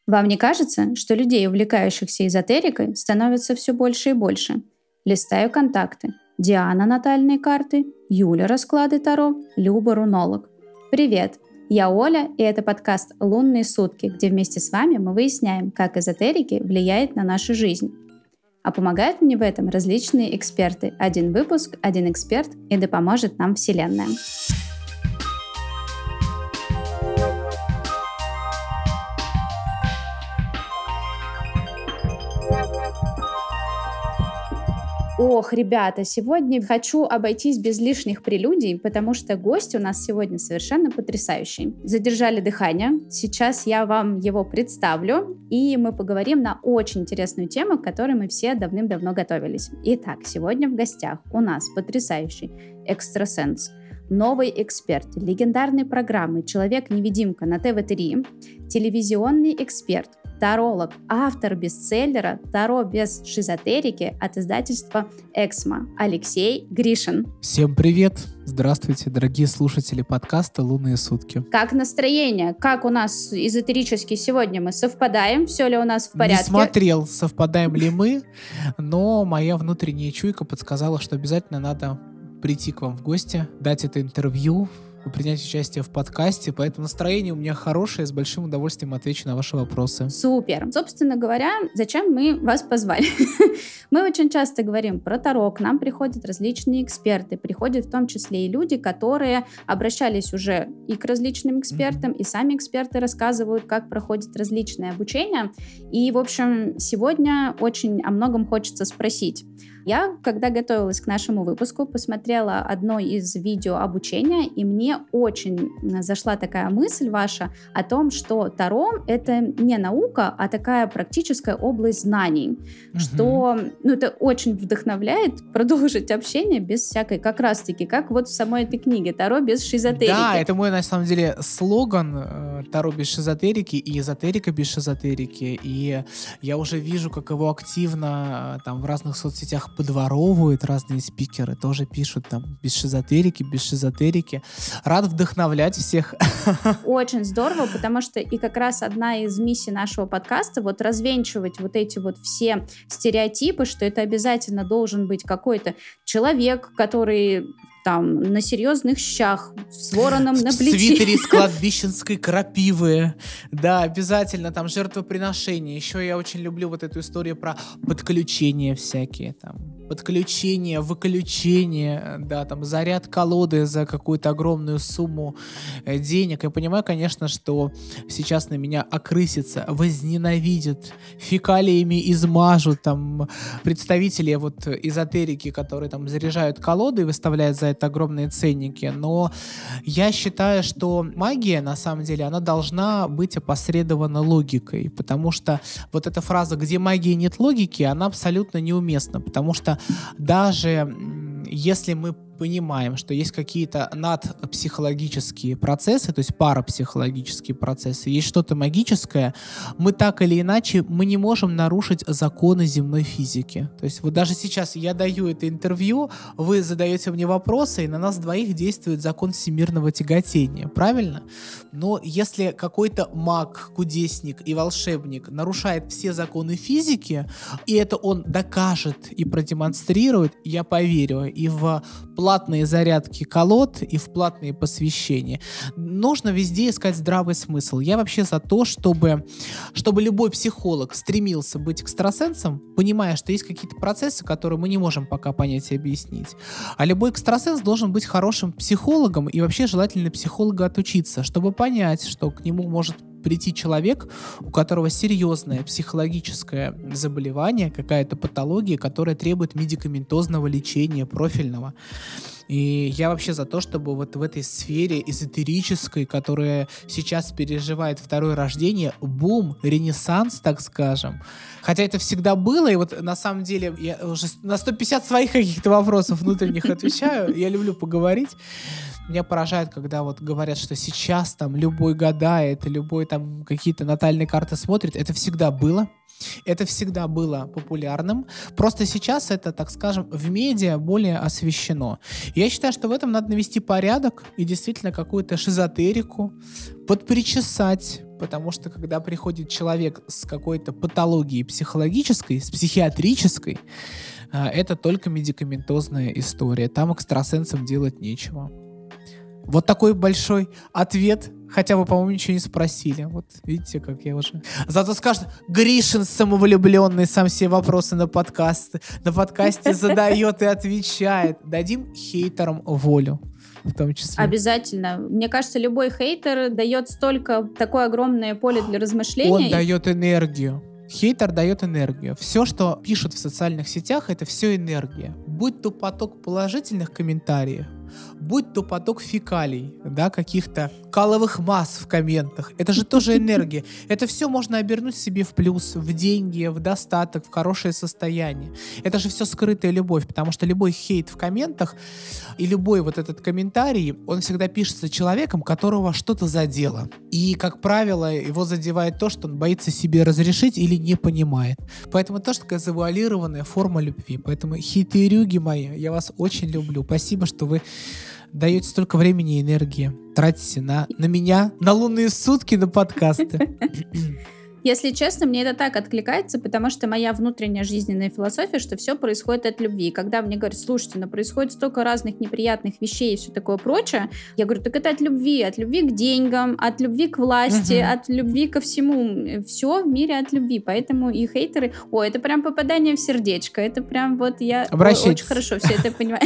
Вам не кажется, что людей, увлекающихся эзотерикой, становится все больше и больше? Листаю контакты. Диана — натальные карты, Юля — расклады Таро, Люба — рунолог. Привет! Я Оля, и это подкаст «Лунные сутки», где вместе с вами мы выясняем, как эзотерики влияет на нашу жизнь. А помогают мне в этом различные эксперты. Один выпуск, один эксперт, и да поможет нам Вселенная. Ох, ребята, сегодня хочу обойтись без лишних прелюдий, потому что гость у нас сегодня совершенно потрясающий. Задержали дыхание. Сейчас я вам его представлю, и мы поговорим на очень интересную тему, к которой мы все давным-давно готовились. Итак, сегодня в гостях у нас потрясающий экстрасенс, новый эксперт, легендарной программы «Человек-невидимка» на ТВ3, телевизионный эксперт, таролог, автор бестселлера «Таро без шизотерики» от издательства «Эксмо» Алексей Гришин. Всем привет! Здравствуйте, дорогие слушатели подкаста «Лунные сутки». Как настроение? Как у нас эзотерически сегодня мы совпадаем? Все ли у нас в порядке? Не смотрел, совпадаем ли мы, но моя внутренняя чуйка подсказала, что обязательно надо прийти к вам в гости, дать это интервью, принять участие в подкасте, поэтому настроение у меня хорошее, с большим удовольствием отвечу на ваши вопросы. Супер! Собственно говоря, зачем мы вас позвали? Мы очень часто говорим про Таро, к нам приходят различные эксперты, приходят в том числе и люди, которые обращались уже и к различным экспертам, и сами эксперты рассказывают, как проходит различное обучение. И, в общем, сегодня очень о многом хочется спросить. Я, когда готовилась к нашему выпуску, посмотрела одно из видео обучения, и мне очень зашла такая мысль ваша о том, что Таро — это не наука, а такая практическая область знаний, что это очень вдохновляет продолжить общение без всякой, как раз-таки, как вот в самой этой книге «Таро без шизотерики». Да, это мой, на самом деле, слоган «Таро без шизотерики» и «Эзотерика без шизотерики», и я уже вижу, как его активно там в разных соцсетях подворовывают разные спикеры, тоже пишут там без шизотерики. Рад вдохновлять всех. Очень здорово, потому что и как раз одна из миссий нашего подкаста вот развенчивать вот эти вот все стереотипы, что это обязательно должен быть какой-то человек, который там на серьезных щах, с вороном на плече. В свитере с кладбищенской крапивы. Да, обязательно там жертвоприношение. Еще я очень люблю вот эту историю про подключения всякие там. Подключение, выключение, да, там заряд колоды за какую-то огромную сумму денег. Я понимаю, конечно, что сейчас на меня окрысится, возненавидят, фекалиями измажут там представители вот эзотерики, которые там заряжают колоды и выставляют за это огромные ценники. Но я считаю, что магия, на самом деле, она должна быть опосредована логикой, потому что вот эта фраза «где магии нет логики», она абсолютно неуместна, потому что даже если мы понимаем, что есть какие-то надпсихологические процессы, то есть парапсихологические процессы, есть что-то магическое, мы так или иначе, мы не можем нарушить законы земной физики. То есть вот даже сейчас я даю это интервью, вы задаете мне вопросы, и на нас двоих действует закон всемирного тяготения, правильно? Но если какой-то маг, кудесник и волшебник нарушает все законы физики, и это он докажет и продемонстрирует, я поверю и в платные зарядки колод, и в платные посвящения. Нужно везде искать здравый смысл. Я вообще за то, чтобы любой психолог стремился быть экстрасенсом, понимая, что есть какие-то процессы, которые мы не можем пока понять и объяснить. А любой экстрасенс должен быть хорошим психологом и вообще желательно психолога отучиться, чтобы понять, что к нему может прийти человек, у которого серьезное психологическое заболевание, какая-то патология, которая требует медикаментозного лечения, профильного. И я вообще за то, чтобы вот в этой сфере эзотерической, которая сейчас переживает второе рождение, бум, ренессанс, так скажем. Хотя это всегда было, и вот на самом деле я уже на 150 своих каких-то вопросов внутренних отвечаю, я люблю поговорить. Меня поражает, когда вот говорят, что сейчас там любой гадает, любой там какие-то натальные карты смотрит. Это всегда было. Это всегда было популярным. Просто сейчас это, так скажем, в медиа более освещено. Я считаю, что в этом надо навести порядок и действительно какую-то шизотерику подпричесать, потому что когда приходит человек с какой-то патологией психологической, с психиатрической, это только медикаментозная история. Там экстрасенсам делать нечего. Вот такой большой ответ. Хотя вы, по-моему, ничего не спросили. Вот видите, как я уже... Зато скажут, Гришин самовлюбленный, сам все вопросы на подкасте задает и отвечает. Дадим хейтерам волю. В том числе. Обязательно. Мне кажется, любой хейтер дает такое огромное поле для размышлений. Он дает энергию. Хейтер дает энергию. Все, что пишут в социальных сетях, это все энергия. Будь то поток положительных комментариев, будь то поток фекалий, да, каких-то каловых масс в комментах. Это же тоже энергия. Это все можно обернуть себе в плюс, в деньги, в достаток, в хорошее состояние. Это же все скрытая любовь, потому что любой хейт в комментах и любой вот этот комментарий, он всегда пишется человеком, которого что-то задело. И, как правило, его задевает то, что он боится себе разрешить или не понимает. Поэтому это тоже такая завуалированная форма любви. Поэтому хейтерюги мои, я вас очень люблю. Спасибо, что вы даете столько времени и энергии. Тратите на меня, на лунные сутки, на подкасты. Если честно, мне это так откликается, потому что моя внутренняя жизненная философия, что все происходит от любви. И когда мне говорят, слушайте, происходит столько разных неприятных вещей и все такое прочее, я говорю, так это от любви к деньгам, от любви к власти, от любви ко всему. Все в мире от любви. Поэтому и хейтеры, это прям попадание в сердечко. Это прям вот я очень хорошо все это понимаю.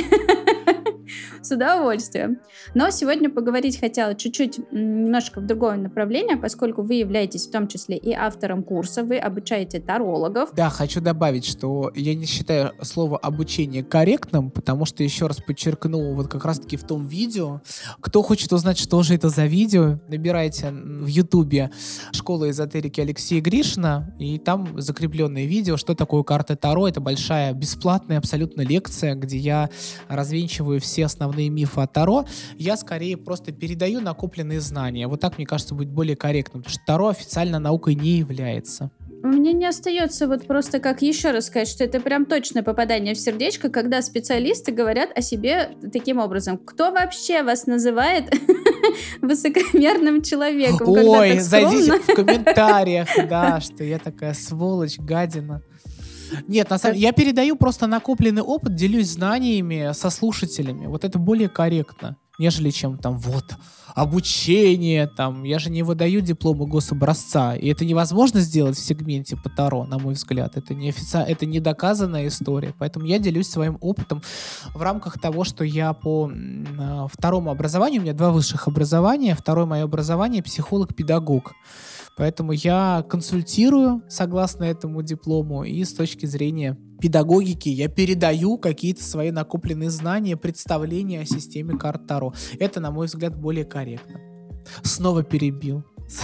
С удовольствием. Но сегодня поговорить хотела чуть-чуть немножко в другое направление, поскольку вы являетесь в том числе и автором курса, вы обучаете тарологов. Да, хочу добавить, что я не считаю слово обучение корректным, потому что, еще раз подчеркну, вот как раз-таки в том видео, кто хочет узнать, что же это за видео, набирайте в Ютубе «Школа эзотерики Алексея Гришина», и там закрепленное видео, что такое карта Таро. Это большая, бесплатная абсолютно лекция, где я развенчиваю все основные мифы о Таро. Я скорее просто передаю накопленные знания. Вот так, мне кажется, будет более корректно, потому что Таро официально наукой не является. Мне не остается вот просто как еще раз сказать, что это прям точное попадание в сердечко, когда специалисты говорят о себе таким образом. Кто вообще вас называет высокомерным человеком? Ой, зайдите в комментариях, да, что я такая сволочь, гадина. Нет, на самом деле, я передаю просто накопленный опыт, делюсь знаниями со слушателями. Вот это более корректно, нежели чем там обучение, там. Я же не выдаю дипломы гособразца, и это невозможно сделать в сегменте по Таро, на мой взгляд. Это это не доказанная история, поэтому я делюсь своим опытом в рамках того, что я по второму образованию, у меня 2 высших образования, второе мое образование — психолог-педагог. Поэтому я консультирую согласно этому диплому, и с точки зрения педагогики я передаю какие-то свои накопленные знания, представления о системе карт Таро. Это, на мой взгляд, более корректно. Снова перебил.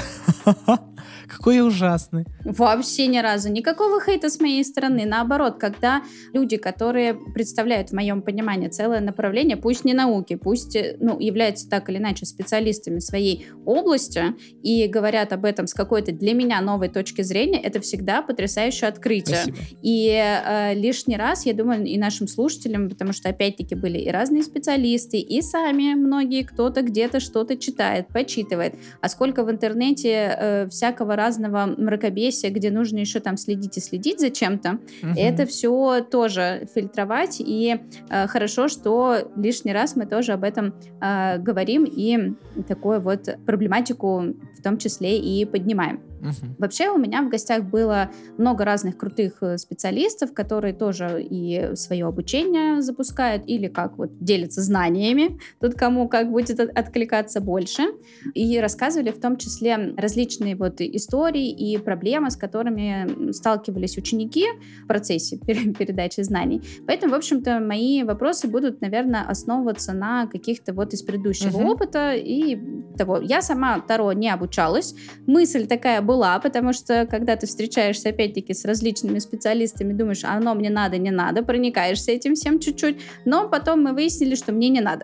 Какой я ужасный. Вообще ни разу. Никакого хейта с моей стороны. Наоборот, когда люди, которые представляют, в моем понимании, целое направление, пусть не науки, пусть являются так или иначе специалистами своей области и говорят об этом с какой-то для меня новой точки зрения, это всегда потрясающее открытие. Спасибо. И лишний раз, я думаю, и нашим слушателям, потому что опять-таки были и разные специалисты, и сами многие, кто-то где-то что-то читает, почитывает. А сколько в интернете всякого разного мракобесия, где нужно еще там следить за чем-то. Это все тоже фильтровать, и хорошо, что лишний раз мы тоже об этом говорим и такую вот проблематику в том числе и поднимаем. Вообще у меня в гостях было много разных крутых специалистов, которые тоже и свое обучение запускают или как вот делятся знаниями, тут кому как будет откликаться больше, и рассказывали в том числе различные вот истории и проблемы, с которыми сталкивались ученики в процессе передачи знаний. Поэтому, в общем-то, мои вопросы будут, наверное, основываться на каких-то вот из предыдущего опыта и того. Я сама Таро не обучалась. Мысль такая была, потому что когда ты встречаешься опять-таки с различными специалистами, думаешь, оно мне надо, не надо, проникаешься этим всем чуть-чуть, но потом мы выяснили, что мне не надо.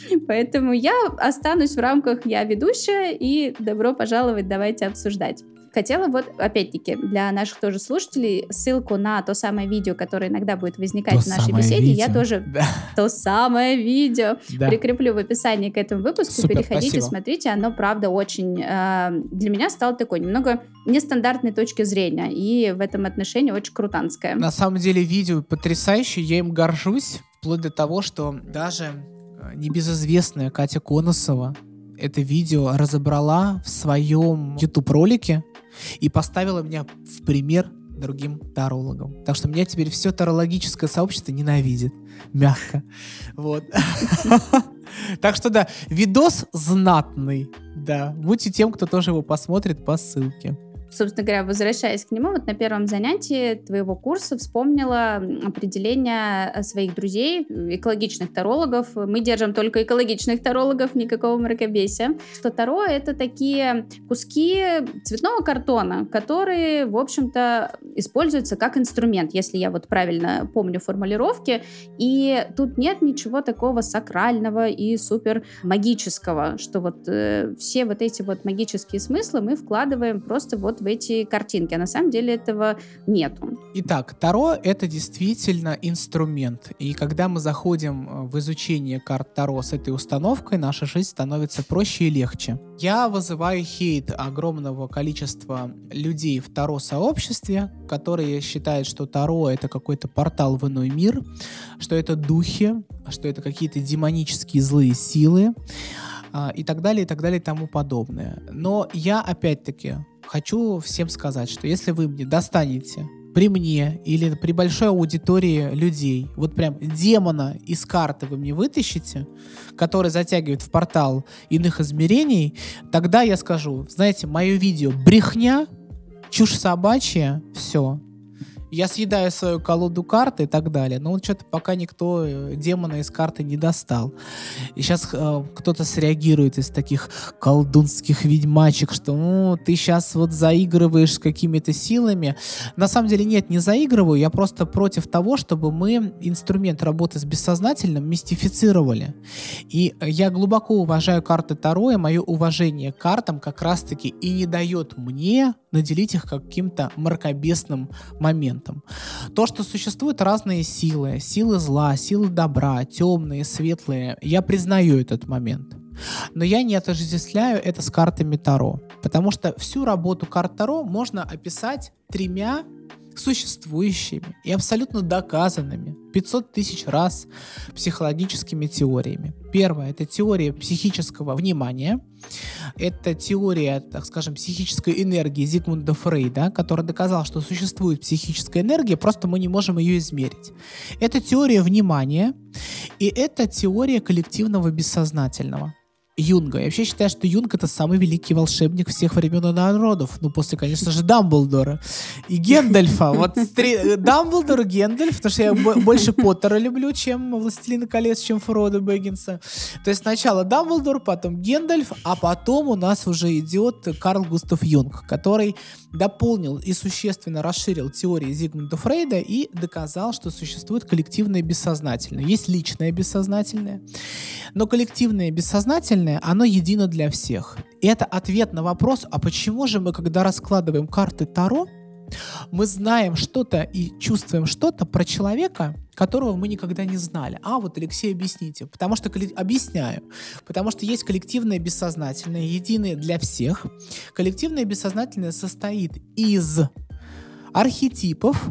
Поэтому я останусь в рамках «я ведущая» и добро пожаловать, давайте обсуждать. Хотела вот, опять-таки, для наших тоже слушателей ссылку на то самое видео, которое иногда будет возникать в нашей беседе. Видео. Я тоже то самое видео прикреплю в описании к этому выпуску. Супер, переходите, спасибо. смотрите. Оно, правда, очень для меня стало такой немного нестандартной точки зрения. И в этом отношении очень крутанское. На самом деле видео потрясающее, я им горжусь, вплоть до того, что даже небезызвестная Катя Конусова это видео разобрала в своем YouTube-ролике и поставила меня в пример другим тарологам. Так что меня теперь все тарологическое сообщество ненавидит. Мягко. Вот. Так что да, видос знатный. Да, будьте тем, кто тоже его посмотрит по ссылке. Собственно говоря, возвращаясь к нему, вот на первом занятии твоего курса вспомнила определение своих друзей, экологичных тарологов. Мы держим только экологичных тарологов, никакого мракобесия. Что таро — это такие куски цветного картона, которые, в общем-то, используются как инструмент, если я вот правильно помню формулировки. И тут нет ничего такого сакрального и супер магического, что вот все вот эти вот магические смыслы мы вкладываем просто вот в эти картинки, а на самом деле этого нету. Итак, таро — это действительно инструмент, и когда мы заходим в изучение карт таро с этой установкой, наша жизнь становится проще и легче. Я вызываю хейт огромного количества людей в таро-сообществе, которые считают, что таро — это какой-то портал в иной мир, что это духи, что это какие-то демонические злые силы, и так далее, и тому подобное. Но я, опять-таки, хочу всем сказать, что если вы мне достанете при мне или при большой аудитории людей, вот прям демона из карты вы мне вытащите, который затягивает в портал иных измерений, тогда я скажу, знаете, мое видео брехня, чушь собачья, все. Я съедаю свою колоду карт и так далее. Но вот что-то пока никто демона из карты не достал. И сейчас кто-то среагирует из таких колдунских ведьмачек, что ты сейчас вот заигрываешь с какими-то силами. На самом деле нет, не заигрываю. Я просто против того, чтобы мы инструмент работы с бессознательным мистифицировали. И я глубоко уважаю карты Таро, и мое уважение к картам как раз-таки и не дает мне наделить их каким-то мракобесным моментом. То, что существуют разные силы, силы зла, силы добра, темные, светлые, я признаю этот момент. Но я не отождествляю это с картами Таро, потому что всю работу карт Таро можно описать тремя существующими и абсолютно доказанными 500 тысяч раз психологическими теориями. Первая — это теория психического внимания. Это теория, так скажем, психической энергии Зигмунда Фрейда, который доказал, что существует психическая энергия, просто мы не можем ее измерить. Это теория внимания, и это теория коллективного бессознательного Юнга. Я вообще считаю, что Юнг — это самый великий волшебник всех времен и народов. Ну, после, конечно же, Дамблдора и Гендальфа. Вот Дамблдор, Гендальф, потому что я больше Поттера люблю, чем Властелина колец, чем Фродо Бэггинса. То есть сначала Дамблдор, потом Гендальф, а потом у нас уже идет Карл Густав Юнг, который дополнил и существенно расширил теории Зигмунда Фрейда и доказал, что существует коллективное бессознательное. Есть личное бессознательное, но коллективное бессознательное, оно едино для всех. И это ответ на вопрос, а почему же мы, когда раскладываем карты Таро, мы знаем что-то и чувствуем что-то про человека, которого мы никогда не знали. А вот, Алексей, объясните. Объясняю. Потому что есть коллективное бессознательное, единое для всех. Коллективное бессознательное состоит из архетипов.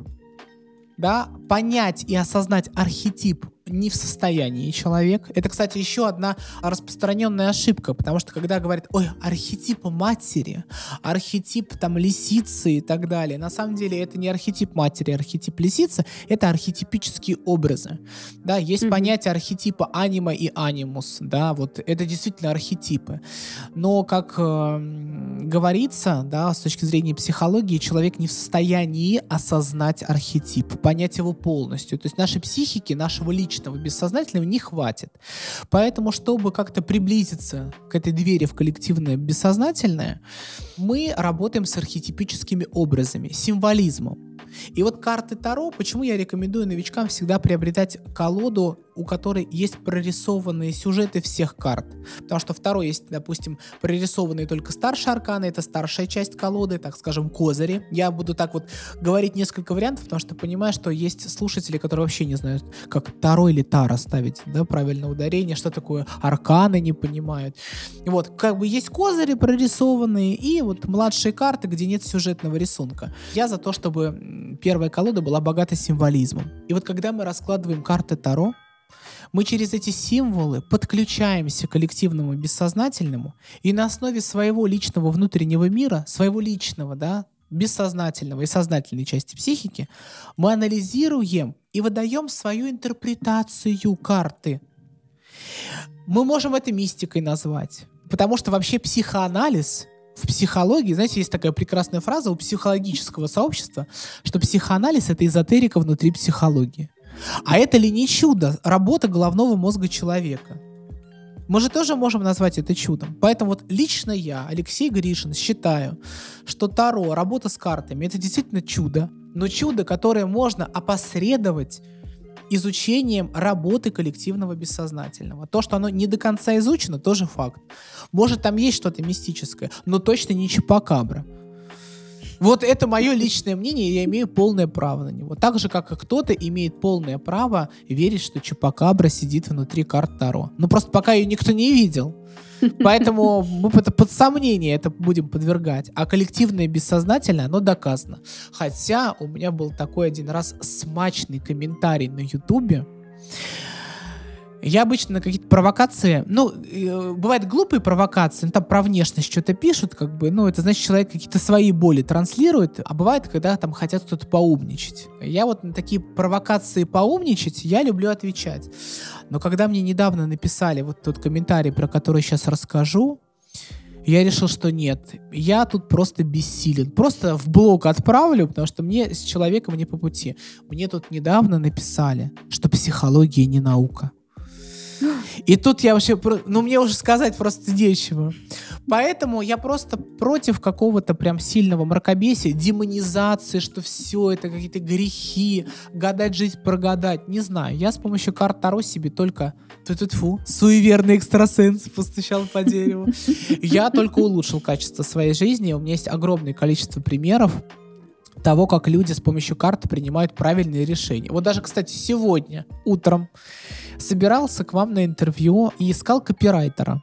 Да, понять и осознать архетип не в состоянии человек. Это, кстати, еще одна распространенная ошибка, потому что когда говорят, ой, архетип матери, архетип там лисицы и так далее, на самом деле это не архетип матери, архетип лисицы, это архетипические образы. Да, есть понятие архетипа анима и анимус, да, вот это действительно архетипы. Но, как говорится, да, с точки зрения психологии, человек не в состоянии осознать архетип, понять его полностью. То есть нашей психики, нашего личного бессознательного не хватит. Поэтому, чтобы как-то приблизиться к этой двери в коллективное бессознательное, мы работаем с архетипическими образами, символизмом. И вот карты Таро, почему я рекомендую новичкам всегда приобретать колоду у которой есть прорисованные сюжеты всех карт. Потому что второй есть, допустим, прорисованные только старшие арканы, это старшая часть колоды, так скажем, козыри. Я буду так вот говорить несколько вариантов, потому что понимаю, что есть слушатели, которые вообще не знают, как Таро или Таро ставить, да, правильное ударение, что такое арканы, не понимают. Вот, как бы есть козыри прорисованные и вот младшие карты, где нет сюжетного рисунка. Я за то, чтобы первая колода была богата символизмом. И вот когда мы раскладываем карты Таро, мы через эти символы подключаемся к коллективному бессознательному и на основе своего личного внутреннего мира, своего личного, да, бессознательного и сознательной части психики, мы анализируем и выдаем свою интерпретацию карты. Мы можем это мистикой назвать, потому что вообще психоанализ в психологии, знаете, есть такая прекрасная фраза у психологического сообщества, что психоанализ — это эзотерика внутри психологии. А это ли не чудо, работа головного мозга человека? Мы же тоже можем назвать это чудом. Поэтому вот лично я, Алексей Гришин, считаю, что Таро, работа с картами — это действительно чудо, но чудо, которое можно опосредовать изучением работы коллективного бессознательного. То, что оно не до конца изучено, тоже факт. Может, там есть что-то мистическое, но точно не чупакабра. Вот это мое личное мнение, и я имею полное право на него. Так же, как и кто-то имеет полное право верить, что чупакабра сидит внутри карт Таро. Ну, просто пока ее никто не видел. Поэтому мы это под сомнение это будем подвергать. А коллективное бессознательное, оно доказано. Хотя у меня был такой один раз смачный комментарий на Ютубе. Я обычно на какие-то провокации, бывают глупые провокации, там про внешность что-то пишут, как бы, это значит, человек какие-то свои боли транслирует, а бывает, когда там хотят кто-то поумничать. Я вот на такие провокации поумничать, я люблю отвечать. Но когда мне недавно написали вот тот комментарий, про который сейчас расскажу, я решил, что нет, я тут просто бессилен. Просто в блог отправлю, потому что мне с человеком не по пути. Мне тут недавно написали, что психология не наука. И тут я вообще... мне уже сказать просто нечего. Поэтому я просто против какого-то прям сильного мракобесия, демонизации, что все это какие-то грехи, гадать, жить, прогадать. Не знаю. Я с помощью карт Таро себе только... суеверный экстрасенс постучал по дереву. Я только улучшил качество своей жизни. У меня есть огромное количество примеров того, как люди с помощью карты принимают правильные решения. Вот даже, кстати, сегодня утром собирался к вам на интервью и искал копирайтера.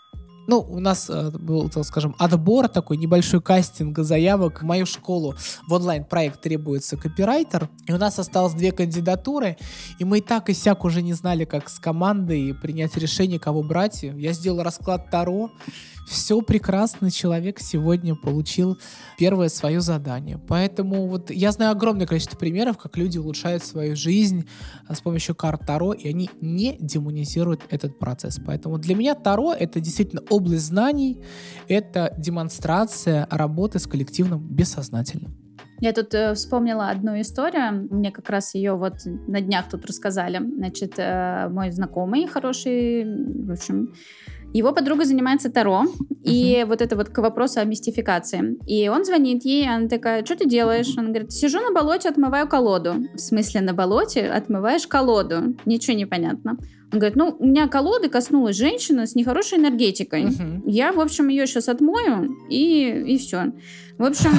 У нас был, так скажем, отбор, такой небольшой кастинг заявок. В мою школу в онлайн-проект требуется копирайтер. И у нас осталось 2 кандидатуры. И мы и так и сяк уже не знали, как с командой принять решение, кого брать. Я сделал расклад Таро. Все прекрасно, человек сегодня получил первое свое задание. Поэтому вот я знаю огромное количество примеров, как люди улучшают свою жизнь с помощью карт Таро, и они не демонизируют этот процесс. Поэтому для меня Таро — это действительно область знаний, это демонстрация работы с коллективным бессознательным. Я тут вспомнила одну историю, мне как раз ее вот на днях тут рассказали. Значит, мой знакомый хороший, в общем... Его подруга занимается Таро, и вот это вот к вопросу о мистификации. И он звонит ей, она такая: что ты делаешь? Она говорит: сижу на болоте, отмываю колоду. В смысле на болоте отмываешь колоду? Ничего не понятно. Он говорит: у меня колоды коснулась женщина с нехорошей энергетикой. Я, в общем, ее сейчас отмою, и все. В общем,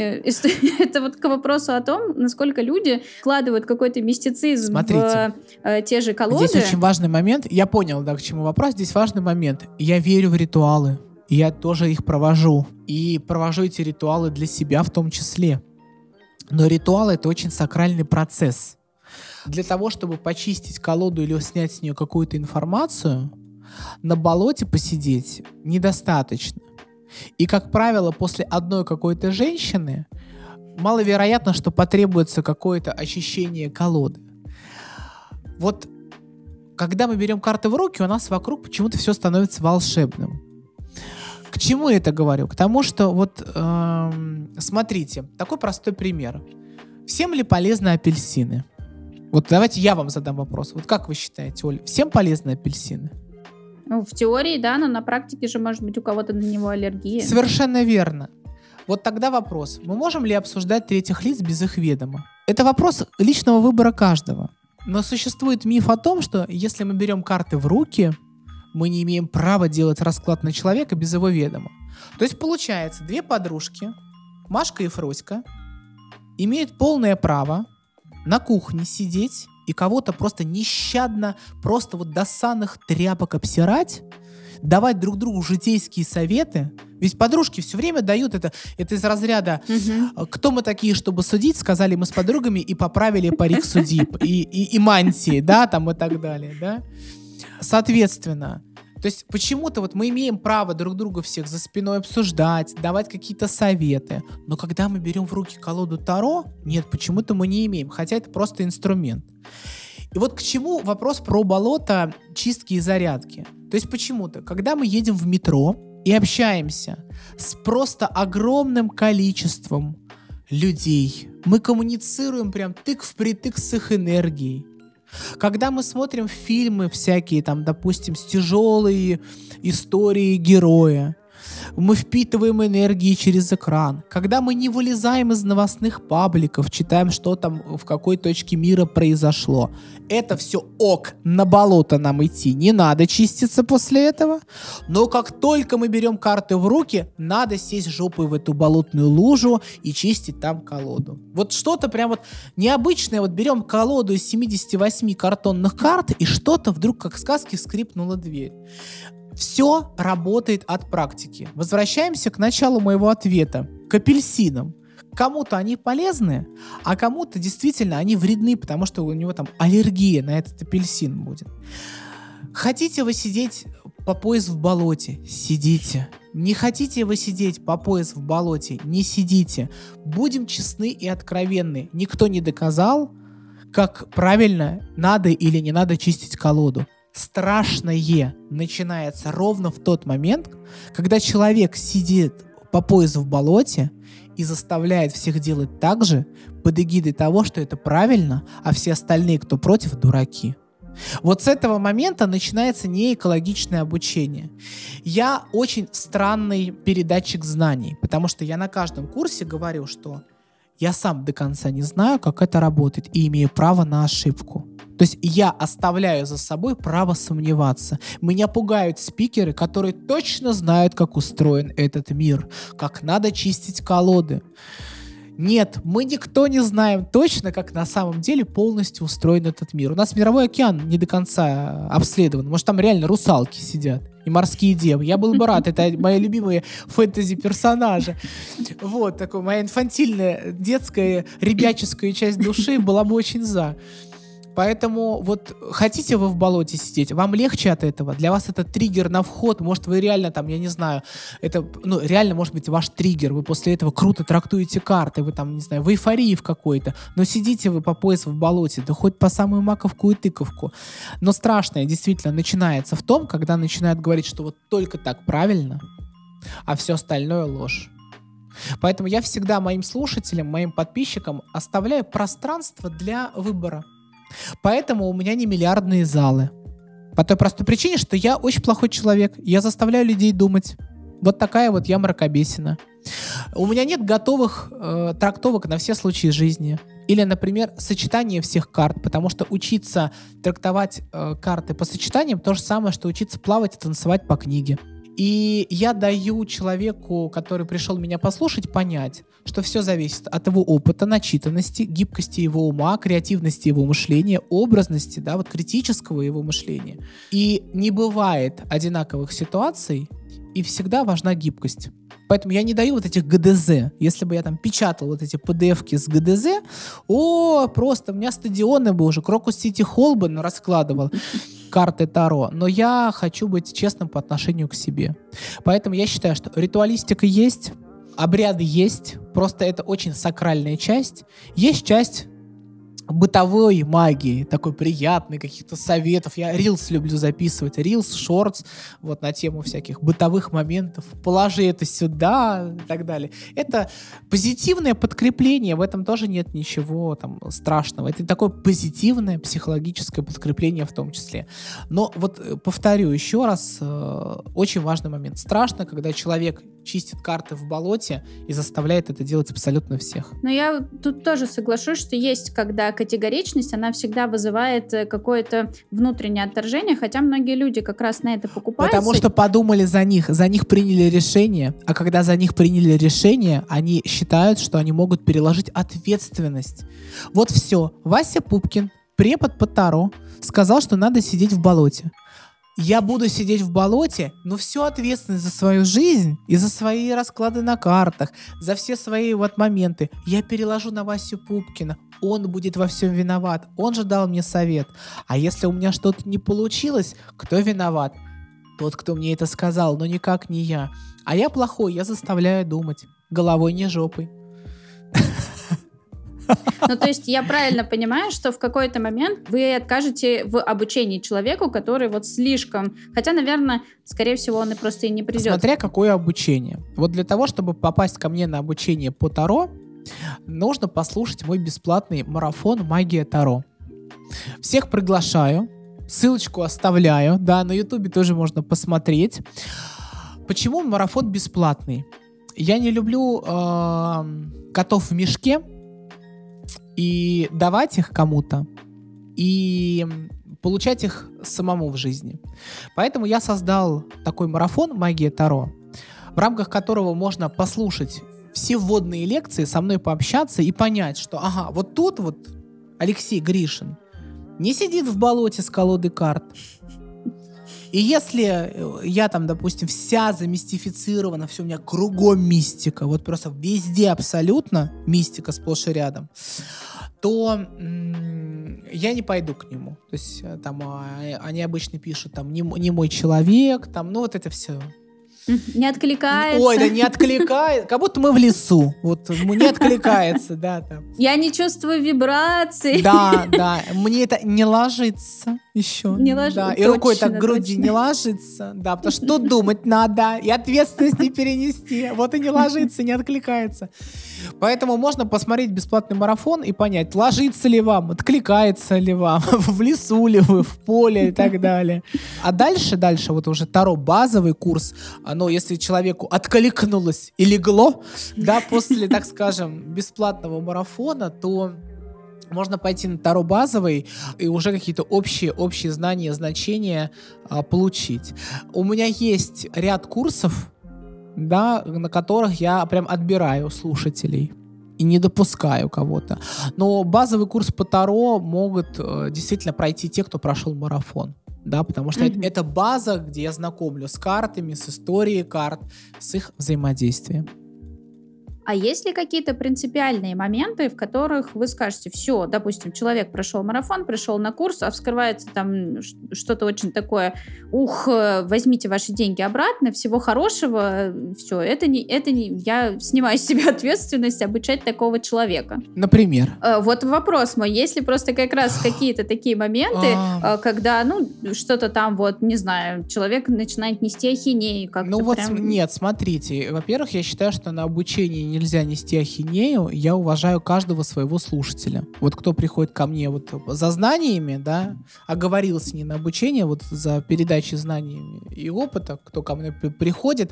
это вот к вопросу о том, насколько люди вкладывают какой-то мистицизм в те же колоды. Здесь очень важный момент. Я понял, да, к чему вопрос. Здесь важный момент. Я верю в ритуалы. Я тоже их провожу. И провожу эти ритуалы для себя в том числе. Но ритуал — это очень сакральный процесс. Для того, чтобы почистить колоду или снять с нее какую-то информацию, на болоте посидеть недостаточно. И, как правило, после одной какой-то женщины маловероятно, что потребуется какое-то очищение колоды. Вот когда мы берем карты в руки, у нас вокруг почему-то все становится волшебным. К чему я это говорю? К тому, что вот смотрите, такой простой пример. Всем ли полезны апельсины? Вот давайте я вам задам вопрос. Вот как вы считаете, Оля, всем полезны апельсины? В теории, да, но на практике же, может быть, у кого-то на него аллергия. Совершенно верно. Вот тогда вопрос. Мы можем ли обсуждать третьих лиц без их ведома? Это вопрос личного выбора каждого. Но существует миф о том, что если мы берем карты в руки, мы не имеем права делать расклад на человека без его ведома. То есть получается, две подружки, Машка и Фроська, имеют полное право на кухне сидеть и кого-то просто нещадно, просто вот до санных тряпок обсирать, давать друг другу житейские советы. Ведь подружки все время дают это из разряда «Кто мы такие, чтобы судить?» Сказали мы с подругами и поправили парик судьи и мантии, да, там и так далее, да. Соответственно, то есть почему-то вот мы имеем право друг друга всех за спиной обсуждать, давать какие-то советы, но когда мы берем в руки колоду Таро, нет, почему-то мы не имеем, хотя это просто инструмент. И вот к чему вопрос про болото, чистки и зарядки. То есть почему-то, когда мы едем в метро и общаемся с просто огромным количеством людей, мы коммуницируем прям тык в притык с их энергией. Когда мы смотрим фильмы всякие, там, допустим, с тяжелой историей героя, мы впитываем энергии через экран. Когда мы не вылезаем из новостных пабликов, читаем, что там в какой точке мира произошло. Это все ок, на болото нам идти не надо чиститься после этого. Но как только мы берем карты в руки, надо сесть жопой в эту болотную лужу и чистить там колоду. Вот что-то прям вот необычное. Вот берем колоду из 78 картонных карт, и что-то вдруг, как в сказке, скрипнула дверь. Все работает от практики. Возвращаемся к началу моего ответа. К апельсинам. Кому-то они полезны, а кому-то действительно они вредны, потому что у него там аллергия на этот апельсин будет. Хотите вы сидеть по пояс в болоте? Сидите. Не хотите вы сидеть по пояс в болоте? Не сидите. Будем честны и откровенны. Никто не доказал, как правильно надо или не надо чистить колоду. Страшное начинается ровно в тот момент, когда человек сидит по пояс в болоте и заставляет всех делать так же под эгидой того, что это правильно, а все остальные, кто против, дураки. Вот с этого момента начинается неэкологичное обучение. Я очень странный передатчик знаний, потому что я на каждом курсе говорю, что я сам до конца не знаю, как это работает, и имею право на ошибку. То есть я оставляю за собой право сомневаться. Меня пугают спикеры, которые точно знают, как устроен этот мир, как надо чистить колоды. Нет, мы никто не знаем точно, как на самом деле полностью устроен этот мир. У нас мировой океан не до конца обследован. Может, там реально русалки сидят и морские девы. Я был бы рад. Это мои любимые фэнтези-персонажи. Вот, такая моя инфантильная, детская, ребяческая часть души была бы очень за. Поэтому вот хотите вы в болоте сидеть, вам легче от этого, для вас это триггер на вход, может вы реально там, я не знаю, это, реально может быть ваш триггер, вы после этого круто трактуете карты, вы там, не знаю, в эйфории в какой-то, но сидите вы по пояс в болоте, да хоть по самую маковку и тыковку. Но страшное действительно начинается в том, когда начинают говорить, что вот только так правильно, а все остальное ложь. Поэтому я всегда моим слушателям, моим подписчикам оставляю пространство для выбора. Поэтому у меня не миллиардные залы. По той простой причине, что я очень плохой человек. Я заставляю людей думать. Вот такая вот я мракобесина. У меня нет готовых трактовок на все случаи жизни. Или, например, сочетание всех карт. Потому что учиться трактовать карты по сочетаниям то же самое, что учиться плавать и танцевать по книге. И я даю человеку, который пришел меня послушать, понять, что все зависит от его опыта, начитанности, гибкости его ума, креативности его мышления, образности, да, вот критического его мышления. И не бывает одинаковых ситуаций, и всегда важна гибкость. Поэтому я не даю вот этих ГДЗ. Если бы я там печатал вот эти PDF-ки с ГДЗ, просто у меня стадионы бы уже, Крокус Сити Холл бы раскладывал карты Таро. Но я хочу быть честным по отношению к себе. Поэтому я считаю, что ритуалистика есть, обряды есть, просто это очень сакральная часть. Есть часть бытовой магии, такой приятной, каких-то советов. Я рилс люблю записывать, рилс, шортс, вот на тему всяких бытовых моментов. Положи это сюда и так далее. Это позитивное подкрепление, в этом тоже нет ничего там страшного. Это такое позитивное психологическое подкрепление в том числе. Но вот повторю еще раз, очень важный момент. Страшно, когда человек чистит карты в болоте и заставляет это делать абсолютно всех. Но я тут тоже соглашусь, что есть, когда категоричность, она всегда вызывает какое-то внутреннее отторжение, хотя многие люди как раз на это покупаются. Потому что подумали за них приняли решение, а когда за них приняли решение, они считают, что они могут переложить ответственность. Вот все. Вася Пупкин, препод по Таро, сказал, что надо сидеть в болоте. Я буду сидеть в болоте, но всю ответственность за свою жизнь и за свои расклады на картах, за все свои моменты я переложу на Васю Пупкина. Он будет во всем виноват. Он же дал мне совет. А если у меня что-то не получилось, кто виноват? Тот, кто мне это сказал, но никак не я. А я плохой, я заставляю думать. Головой, не жопой. Ну, то есть я правильно понимаю, что в какой-то момент вы откажете в обучении человеку, который слишком... Хотя, наверное, скорее всего, он просто и не придет. Смотря какое обучение. Вот для того, чтобы попасть ко мне на обучение по Таро, нужно послушать мой бесплатный марафон «Магия Таро». Всех приглашаю. Ссылочку оставляю. Да, на Ютубе тоже можно посмотреть. Почему марафон бесплатный? Я не люблю котов в мешке, и давать их кому-то, и получать их самому в жизни. Поэтому я создал такой марафон «Магия Таро», в рамках которого можно послушать все вводные лекции, со мной пообщаться и понять, что вот тут Алексей Гришин не сидит в болоте с колодой карт. И если я там, допустим, вся замистифицирована, все у меня кругом мистика, просто везде абсолютно мистика сплошь и рядом, то я не пойду к нему. То есть там они обычно пишут не мой человек, это все. Не откликается. Ой, да не откликается. Как будто мы в лесу. Не откликается, да. Там. Я не чувствую вибраций. Да. Мне это не ложится еще. Не ложится. Да. И рукой так к груди не ложится. Да, потому что тут думать надо. И ответственность не перенести. И не ложится, не откликается. Поэтому можно посмотреть бесплатный марафон и понять, ложится ли вам, откликается ли вам, в лесу ли вы, в поле и так далее. А дальше уже Таро базовый курс, если человеку откликнулось и легло, да, после, так скажем, бесплатного марафона, то можно пойти на Таро базовый и уже какие-то общие знания, значения получить. У меня есть ряд курсов, да, на которых я прям отбираю слушателей и не допускаю кого-то. Но базовый курс по Таро могут действительно пройти те, кто прошел марафон. Да, потому что это база, где я знакомлю с картами, с историей карт, с их взаимодействием. А есть ли какие-то принципиальные моменты, в которых вы скажете, все, допустим, человек прошел марафон, пришел на курс, а вскрывается там что-то очень такое, возьмите ваши деньги обратно, всего хорошего, все, это не, я снимаю с себя ответственность обучать такого человека. Например? Вот вопрос мой, есть ли просто как раз какие-то такие моменты, когда, что-то там, не знаю, человек начинает нести ахинею как-то Нет, смотрите, во-первых, я считаю, что на обучении нельзя нести ахинею, я уважаю каждого своего слушателя. Кто приходит ко мне за знаниями, да, оговорился не на обучение, за передачей знаний и опыта, кто ко мне приходит,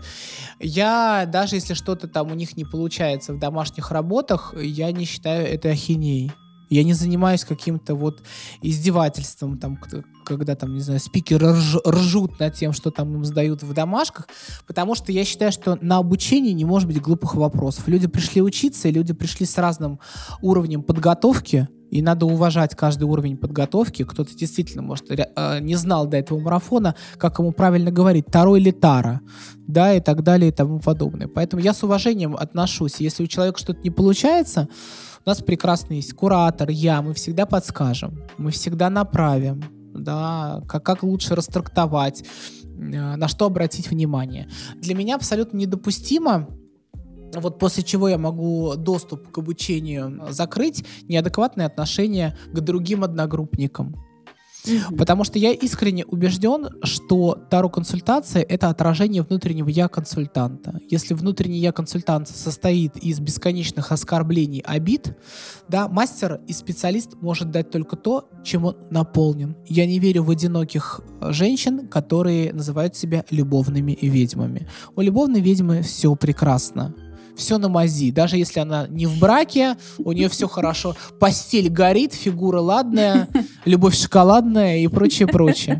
я, даже если что-то там у них не получается в домашних работах, я не считаю это ахинеей. Я не занимаюсь каким-то издевательством, когда не знаю, спикеры ржут над тем, что там им сдают в домашках, потому что я считаю, что на обучении не может быть глупых вопросов. Люди пришли учиться, и люди пришли с разным уровнем подготовки, и надо уважать каждый уровень подготовки. Кто-то действительно, может, не знал до этого марафона, как ему правильно говорить, Таро или Тара, да, и так далее, и тому подобное. Поэтому я с уважением отношусь. Если у человека что-то не получается, у нас прекрасно есть куратор, мы всегда подскажем, мы всегда направим, да, как лучше растрактовать, на что обратить внимание. Для меня абсолютно недопустимо, после чего я могу доступ к обучению закрыть, неадекватное отношение к другим одногруппникам. Потому что я искренне убежден, что таро-консультация — это отражение внутреннего я консультанта. Если внутренний я консультанта состоит из бесконечных оскорблений, обид, да, мастер и специалист может дать только то, чем он наполнен. Я не верю в одиноких женщин, которые называют себя любовными ведьмами. У любовной ведьмы все прекрасно. Все на мази. Даже если она не в браке, у нее все хорошо. Постель горит, фигура ладная, любовь шоколадная и прочее.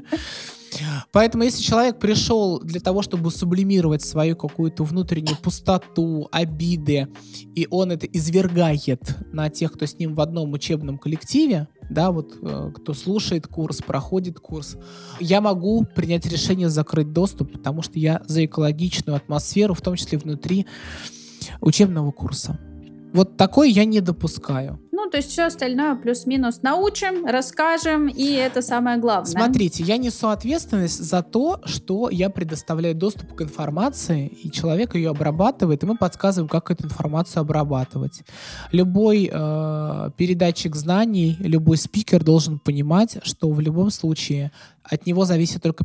Поэтому если человек пришел для того, чтобы сублимировать свою какую-то внутреннюю пустоту, обиды, и он это извергает на тех, кто с ним в одном учебном коллективе, да, вот кто слушает курс, проходит курс, я могу принять решение закрыть доступ, потому что я за экологичную атмосферу, в том числе внутри учебного курса. Вот такой я не допускаю. Ну, то есть все остальное плюс-минус научим, расскажем, и это самое главное. Смотрите, я несу ответственность за то, что я предоставляю доступ к информации, и человек ее обрабатывает, и мы подсказываем, как эту информацию обрабатывать. Любой передатчик знаний, любой спикер должен понимать, что в любом случае от него зависит только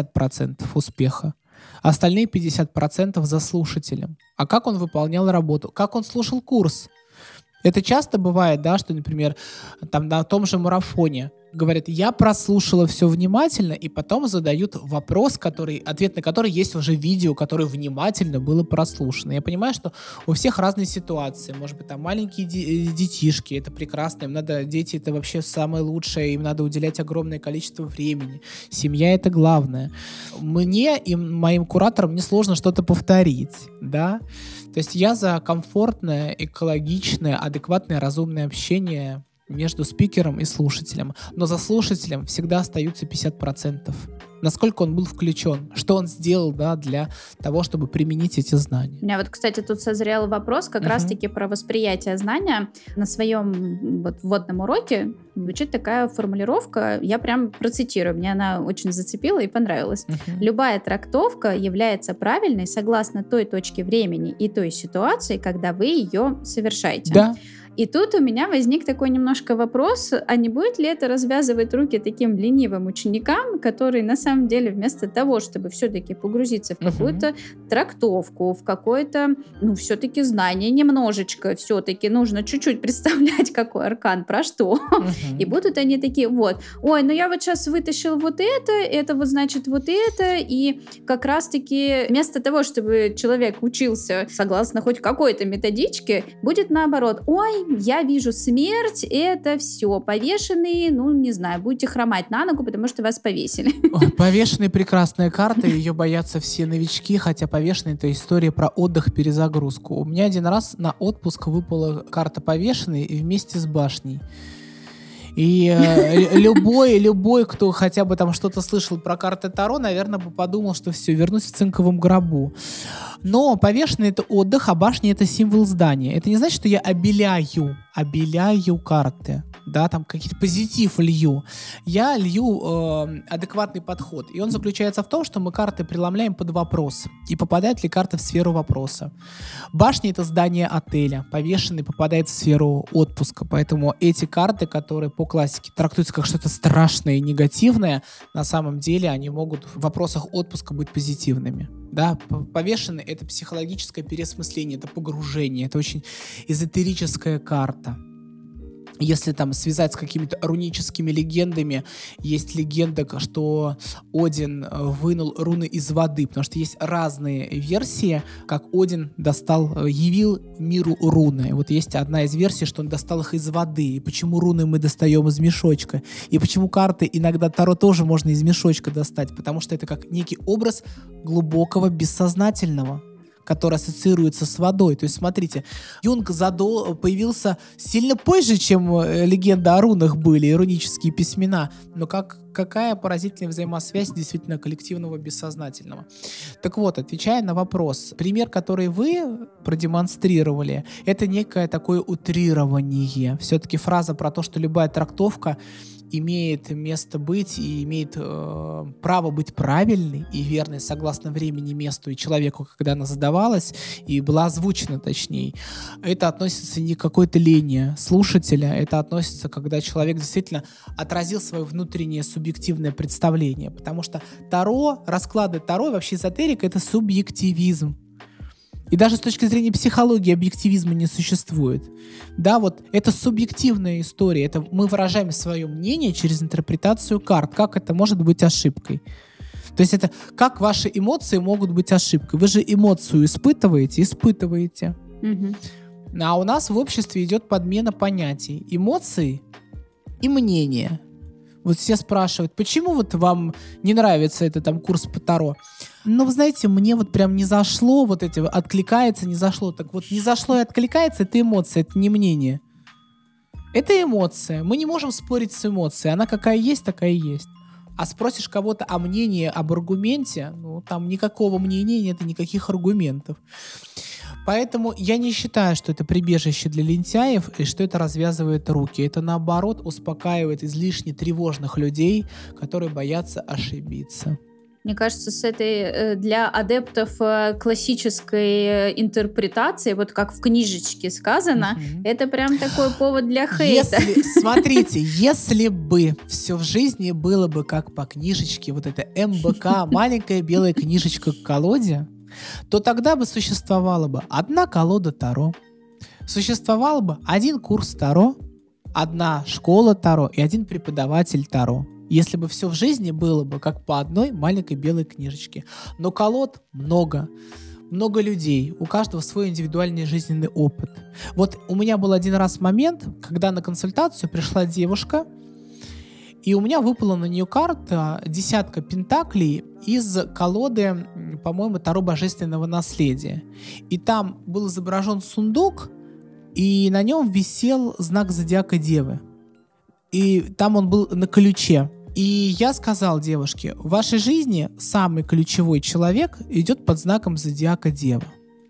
50% успеха. Остальные 50% за слушателем. А как он выполнял работу? Как он слушал курс? Это часто бывает, да, что, например, там на том же марафоне говорят, я прослушала все внимательно, и потом задают вопрос, ответ на который есть уже видео, которое внимательно было прослушано. Я понимаю, что у всех разные ситуации. Может быть, там маленькие детишки, это прекрасно, дети это вообще самое лучшее, им надо уделять огромное количество времени. Семья — это главное. Мне и моим кураторам несложно что-то повторить, да. То есть я за комфортное, экологичное, адекватное, разумное общение между спикером и слушателем. Но за слушателем всегда остаются 50%. Насколько он был включен, что он сделал, да, для того, чтобы применить эти знания. У меня вот, кстати, тут созрел вопрос как раз-таки про восприятие знания. На своем вводном уроке звучит такая формулировка, я прям процитирую, мне она очень зацепила и понравилась. Любая трактовка является правильной согласно той точке времени и той ситуации, когда вы ее совершаете. Да. И тут у меня возник такой немножко вопрос, а не будет ли это развязывать руки таким ленивым ученикам, которые на самом деле вместо того, чтобы все-таки погрузиться в какую-то трактовку, в какое-то, все-таки знание немножечко, все-таки нужно чуть-чуть представлять, какой аркан, про что. И будут они такие, ой, я вот сейчас вытащил вот это вот значит вот это, и как раз-таки вместо того, чтобы человек учился согласно хоть какой-то методичке, будет наоборот, ой, я вижу смерть, это все, повешенные, не знаю, будете хромать на ногу, потому что вас повесили. Повешенные — прекрасная карта, ее боятся все новички, хотя повешенный — это история про отдых, перезагрузку. У меня один раз на отпуск выпала карта повешенный вместе с башней. И любой, кто хотя бы там что-то слышал про карты Таро, наверное, бы подумал, что все, вернусь в цинковом гробу. Но повешенный — это отдых, а башня — это символ здания. Это не значит, что я обеляю карты, да, там какие-то позитив лью. Я лью адекватный подход. И он заключается в том, что мы карты преломляем под вопрос. И попадает ли карта в сферу вопроса. Башня — это здание отеля. Повешенный попадает в сферу отпуска. Поэтому эти карты, которые по классике трактуются как что-то страшное и негативное, на самом деле они могут в вопросах отпуска быть позитивными. Да, повешенный — это психологическое переосмысление, это погружение, это очень эзотерическая карта. Если там связать с какими-то руническими легендами, есть легенда, что Один вынул руны из воды, потому что есть разные версии, как Один явил миру руны. И вот есть одна из версий, что он достал их из воды. И почему руны мы достаем из мешочка? И почему карты иногда Таро тоже можно из мешочка достать? Потому что это как некий образ глубокого бессознательного, который ассоциируется с водой. То есть, смотрите, Юнг появился сильно позже, чем легенда о рунах были, и рунические письмена. Но какая поразительная взаимосвязь действительно коллективного бессознательного. Так вот, отвечая на вопрос, пример, который вы продемонстрировали, это некое такое утрирование. Все-таки фраза про то, что любая трактовка имеет место быть и имеет право быть правильной и верной согласно времени, месту и человеку, когда она задавалась и была озвучена точнее. Это относится не к какой-то лени слушателя, это относится, когда человек действительно отразил свое внутреннее субъективное представление, потому что Таро, расклады Таро и вообще эзотерика — это субъективизм. И даже с точки зрения психологии объективизма не существует. Да, вот это субъективная история. Это мы выражаем свое мнение через интерпретацию карт. Как это может быть ошибкой? То есть это как ваши эмоции могут быть ошибкой. Вы же эмоцию испытываете. Мгм. А у нас в обществе идет подмена понятий. Эмоции и мнения. Вот все спрашивают, почему вот вам не нравится этот там курс по Таро? Ну, вы знаете, мне вот прям не зашло, вот эти откликается, не зашло. Так вот, не зашло и откликается — это эмоция, это не мнение. Это эмоция. Мы не можем спорить с эмоцией. Она какая есть, такая и есть. А спросишь кого-то о мнении, об аргументе, ну, там никакого мнения нет и никаких аргументов. Поэтому я не считаю, что это прибежище для лентяев и что это развязывает руки. Это, наоборот, успокаивает излишне тревожных людей, которые боятся ошибиться. Мне кажется, с этой для адептов классической интерпретации, вот как в книжечке сказано, это прям такой повод для хейта. Смотрите, если бы все в жизни было бы как по книжечке, вот это МБК, маленькая белая книжечка к колоде, то тогда бы существовала бы одна колода Таро, существовал бы один курс Таро, одна школа Таро и один преподаватель Таро. Если бы все в жизни было бы как по одной маленькой белой книжечке. Но колод много людей, у каждого свой индивидуальный жизненный опыт. Вот у меня был один раз момент, когда на консультацию пришла девушка, и у меня выпала на нее карта десятка пентаклей из колоды, по-моему, Таро Божественного наследия. И там был изображен сундук, и на нем висел знак зодиака Девы. И там он был на ключе. И я сказал девушке, в вашей жизни самый ключевой человек идет под знаком зодиака Дева.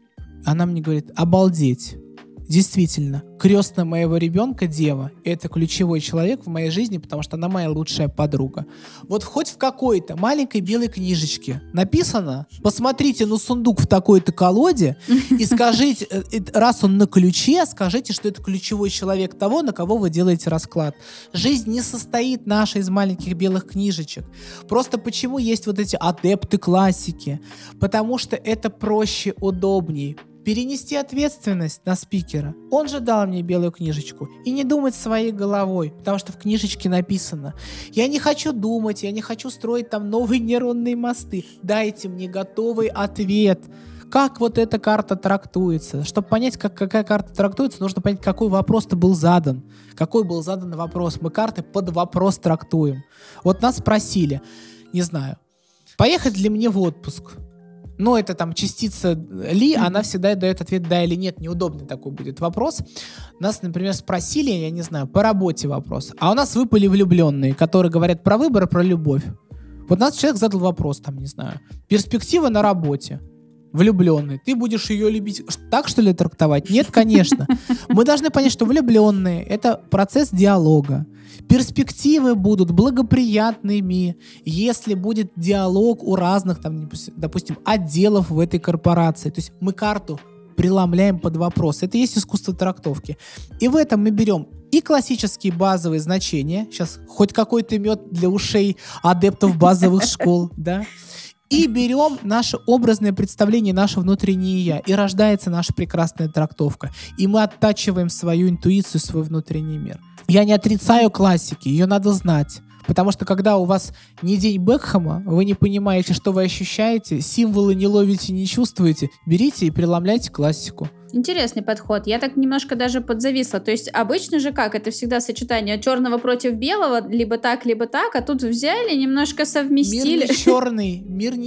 Она мне говорит, обалдеть. Действительно, крестная моего ребенка Дева — это ключевой человек в моей жизни, потому что она моя лучшая подруга. Вот хоть в какой-то маленькой белой книжечке написано, посмотрите на сундук в такой-то колоде и скажите, раз он на ключе, скажите, что это ключевой человек того, на кого вы делаете расклад. Жизнь не состоит наша из маленьких белых книжечек. Просто почему есть вот эти адепты классики? Потому что это проще, удобней. Перенести ответственность на спикера. Он же дал мне белую книжечку. И не думать своей головой, потому что в книжечке написано: я не хочу думать, я не хочу строить там новые нейронные мосты. Дайте мне готовый ответ. Как вот эта карта трактуется? Чтобы понять, какая карта трактуется, нужно понять, какой вопрос-то был задан. Какой был задан вопрос. Мы карты под вопрос трактуем. Вот нас спросили, не знаю, поехать ли мне в отпуск? Но это там частица ли, она всегда дает ответ да или нет. Неудобный такой будет вопрос. Нас, например, спросили, я не знаю, по работе вопрос. А у нас выпали влюбленные, которые говорят про выбор, про любовь. Вот нас человек задал вопрос, там, не знаю, перспектива на работе. Влюбленный. Ты будешь ее любить. Так, что ли, трактовать? Нет, конечно. Мы должны понять, что влюбленные — это процесс диалога. Перспективы будут благоприятными, если будет диалог у разных, там, допустим, отделов в этой корпорации. То есть мы карту преломляем под вопрос. Это и есть искусство трактовки. И в этом мы берем и классические базовые значения. Сейчас хоть какой-то мед для ушей адептов базовых школ, да? И берем наше образное представление, наше внутреннее «я», и рождается наша прекрасная трактовка. И мы оттачиваем свою интуицию, свой внутренний мир. Я не отрицаю классики, ее надо знать. Потому что когда у вас не день Бекхэма, вы не понимаете, что вы ощущаете, символы не ловите, не чувствуете, берите и преломляйте классику. Интересный подход. Я так немножко даже подзависла. То есть обычно же как? Это всегда сочетание черного против белого, либо так, а тут взяли, немножко совместили. Мир не черный,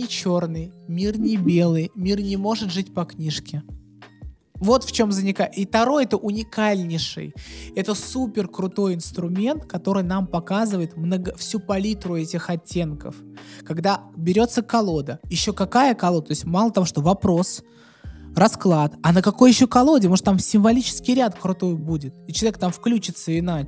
мир не белый, мир не может жить по книжке. Вот в чем И Таро — это уникальнейший, это супер крутой инструмент, который нам показывает всю палитру этих оттенков. Когда берется колода, еще какая колода? То есть мало того, что вопрос, расклад, а на какой еще колоде? Может, там символический ряд крутой будет, и человек там включится иначе.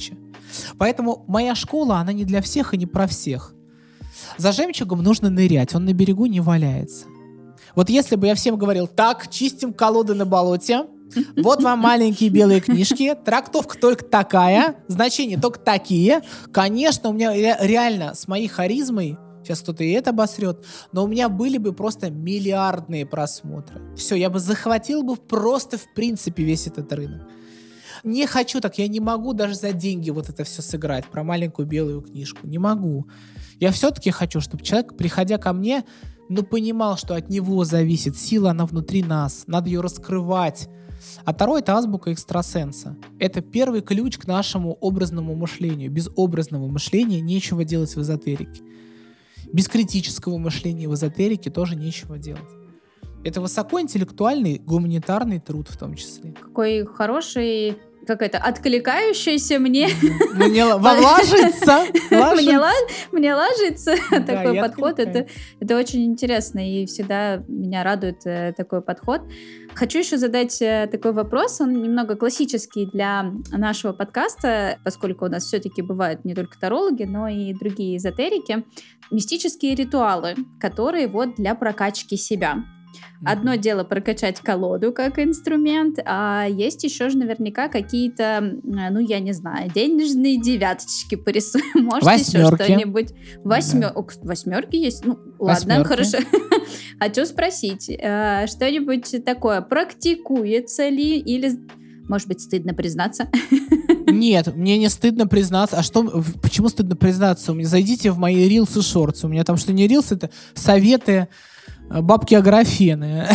Поэтому моя школа, она не для всех и не про всех. За жемчугом нужно нырять, он на берегу не валяется. Вот если бы я всем говорил, так, чистим колоды на болоте, вот вам маленькие белые книжки, трактовка только такая, значения только такие. Конечно, у меня реально с моей харизмой, сейчас кто-то и это обосрет, но у меня были бы просто миллиардные просмотры. Все, я бы захватил бы просто в принципе весь этот рынок. Не хочу так, я не могу даже за деньги вот это все сыграть, про маленькую белую книжку, не могу. Я все-таки хочу, чтобы человек, приходя ко мне, понимал, что от него зависит сила, она внутри нас, надо ее раскрывать. А второе — это азбука экстрасенса. Это первый ключ к нашему образному мышлению. Без образного мышления нечего делать в эзотерике. Без критического мышления в эзотерике тоже нечего делать. Это высокоинтеллектуальный гуманитарный труд в том числе. Какой хороший, откликающийся мне. Вам ложится. Мне ложится такой подход. Это очень интересно, и всегда меня радует такой подход. Хочу еще задать такой вопрос, он немного классический для нашего подкаста, поскольку у нас все-таки бывают не только тарологи, но и другие эзотерики. Мистические ритуалы, которые для прокачки себя. Одно дело прокачать колоду как инструмент, а есть еще же наверняка какие-то, я не знаю, денежные девяточки порисуем. Может, еще что-нибудь. Восьмерки есть? Ладно, хорошо. Хочу спросить, что-нибудь такое практикуется ли или, может быть, стыдно признаться? Нет, мне не стыдно признаться. Почему стыдно признаться? Зайдите в мои рилсы, шортсы. У меня там что не рилсы, это советы бабки Аграфены.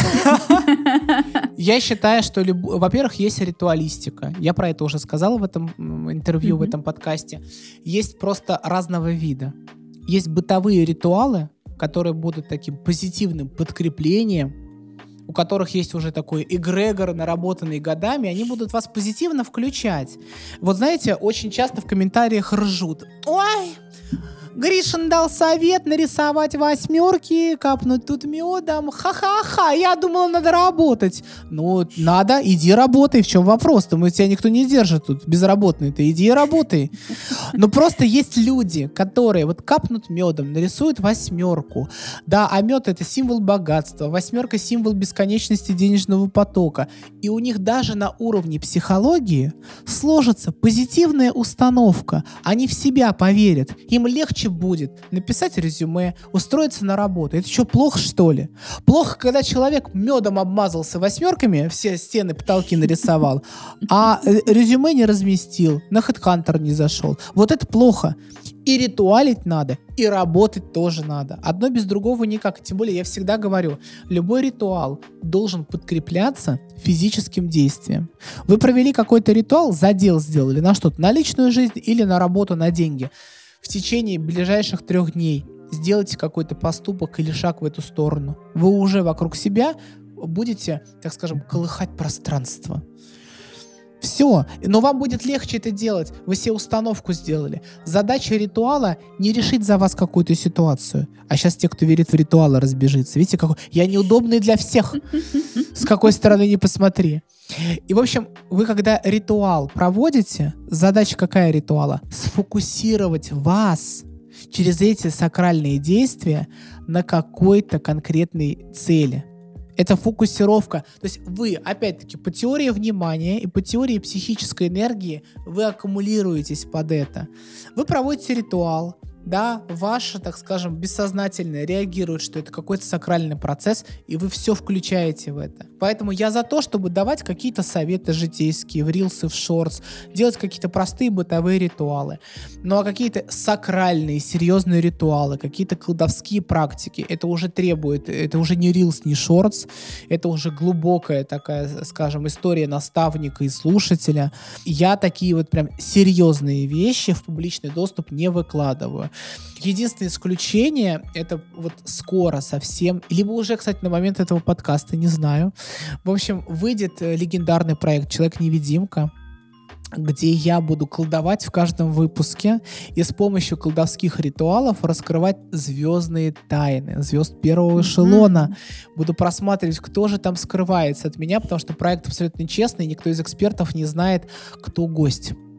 Я считаю, что, во-первых, есть ритуалистика. Я про это уже сказала в этом интервью, в этом подкасте. Есть просто разного вида. Есть бытовые ритуалы, которые будут таким позитивным подкреплением, у которых есть уже такой эгрегор, наработанный годами, они будут вас позитивно включать. Вот знаете, очень часто в комментариях ржут. Ой, Гришин дал совет нарисовать восьмерки, капнуть тут медом. Ха-ха-ха, я думала, надо работать. Надо, иди работай. В чем вопрос-то? Тебя никто не держит тут, безработный. Ты иди и работай. Но просто есть люди, которые капнут медом, нарисуют восьмерку. Да, а мед — это символ богатства. Восьмерка — символ бесконечности денежного потока. И у них даже на уровне психологии сложится позитивная установка. Они в себя поверят. Им легче будет написать резюме, устроиться на работу. Это что, плохо, что ли? Плохо, когда человек медом обмазался восьмерками, все стены, потолки нарисовал, а резюме не разместил, на HeadHunter не зашел. Вот это плохо. И ритуалить надо, и работать тоже надо. Одно без другого никак. Тем более я всегда говорю, любой ритуал должен подкрепляться физическим действием. Вы провели какой-то ритуал, задел сделали на что-то, на личную жизнь или на работу, на деньги. В течение ближайших 3 дней сделайте какой-то поступок или шаг в эту сторону. Вы уже вокруг себя будете, так скажем, колыхать пространство. Все. Но вам будет легче это делать. Вы себе установку сделали. Задача ритуала — не решить за вас какую-то ситуацию. А сейчас те, кто верит в ритуалы, разбежится. Видите, какой я неудобный для всех. С какой стороны ни посмотри. И, в общем, вы когда ритуал проводите, задача какая ритуала? Сфокусировать вас через эти сакральные действия на какой-то конкретной цели. Это фокусировка. То есть вы, опять-таки, по теории внимания и по теории психической энергии вы аккумулируетесь под это. Вы проводите ритуал, да, ваше, так скажем, бессознательное реагирует, что это какой-то сакральный процесс, и вы все включаете в это. Поэтому я за то, чтобы давать какие-то советы житейские в рилсы, в шортс, делать какие-то простые бытовые ритуалы. Ну а какие-то сакральные, серьезные ритуалы, какие-то колдовские практики, это уже требует, это уже не рилс, не шортс, это уже глубокая такая, скажем, история наставника и слушателя. Я такие вот прям серьезные вещи в публичный доступ не выкладываю. Единственное исключение — это вот скоро совсем, либо уже, кстати, на момент этого подкаста, не знаю. В общем, выйдет легендарный проект «Человек-невидимка», где я буду колдовать в каждом выпуске и с помощью колдовских ритуалов раскрывать звездные тайны, звезд первого эшелона. Буду просматривать, кто же там скрывается от меня, потому что проект абсолютно честный, никто из экспертов не знает, кто гость.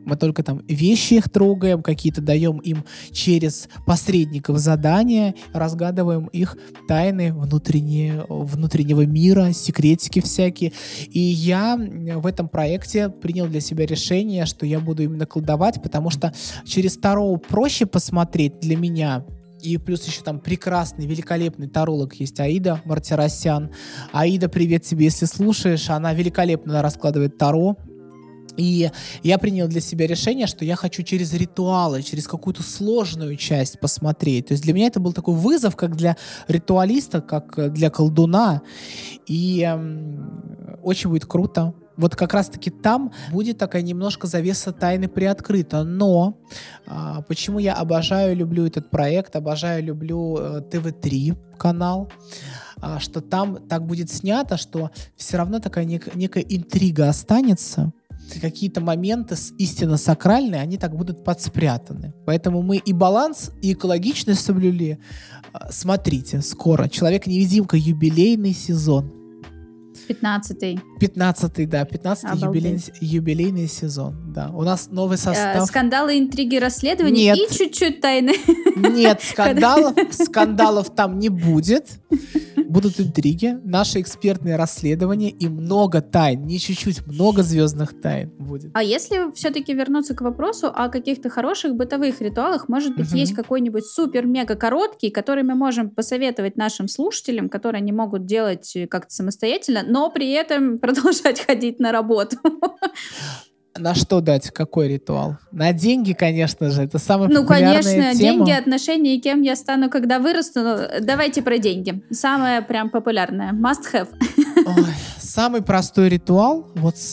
Мы только там вещи их трогаем, какие-то даем им через посредников задания, разгадываем их тайны внутреннего мира, секретики всякие. И я в этом проекте принял для себя решение, что я буду именно колдовать, потому что через Таро проще посмотреть для меня. И плюс еще там прекрасный, великолепный таролог есть Аида Мартиросян. Аида, привет тебе, если слушаешь. Она великолепно раскладывает Таро. И я принял для себя решение, что я хочу через ритуалы, через какую-то сложную часть посмотреть. То есть для меня это был такой вызов, как для ритуалиста, как для колдуна. И очень будет круто. Вот как раз-таки там будет такая немножко завеса тайны приоткрыта. Но почему я обожаю, люблю этот проект, обожаю, люблю ТВ3 канал, что там так будет снято, что все равно такая некая интрига останется. Какие-то моменты истинно сакральные, они так будут подспрятаны. Поэтому мы и баланс, и экологичность соблюли. Смотрите, скоро «Человек-невидимка», юбилейный сезон. 15-й. 15-й, да, 15-й юбилейный сезон, да. У нас новый состав. Скандалы, интриги, расследования. Нет. И чуть-чуть тайны. Нет, скандалов там не будет. Будут интриги, наши экспертные расследования и много тайн. Не чуть-чуть, много звездных тайн будет. А если все-таки вернуться к вопросу о каких-то хороших бытовых ритуалах, может быть, есть какой-нибудь супер-мега короткий, который мы можем посоветовать нашим слушателям, которые они могут делать как-то самостоятельно, но при этом продолжать ходить на работу? На что дать? Какой ритуал? На деньги, конечно же. Это самая популярная тема. Ну, конечно, деньги, отношения и кем я стану, когда вырасту. Давайте про деньги. Самое прям популярное. Must have. Ой, самый простой ритуал,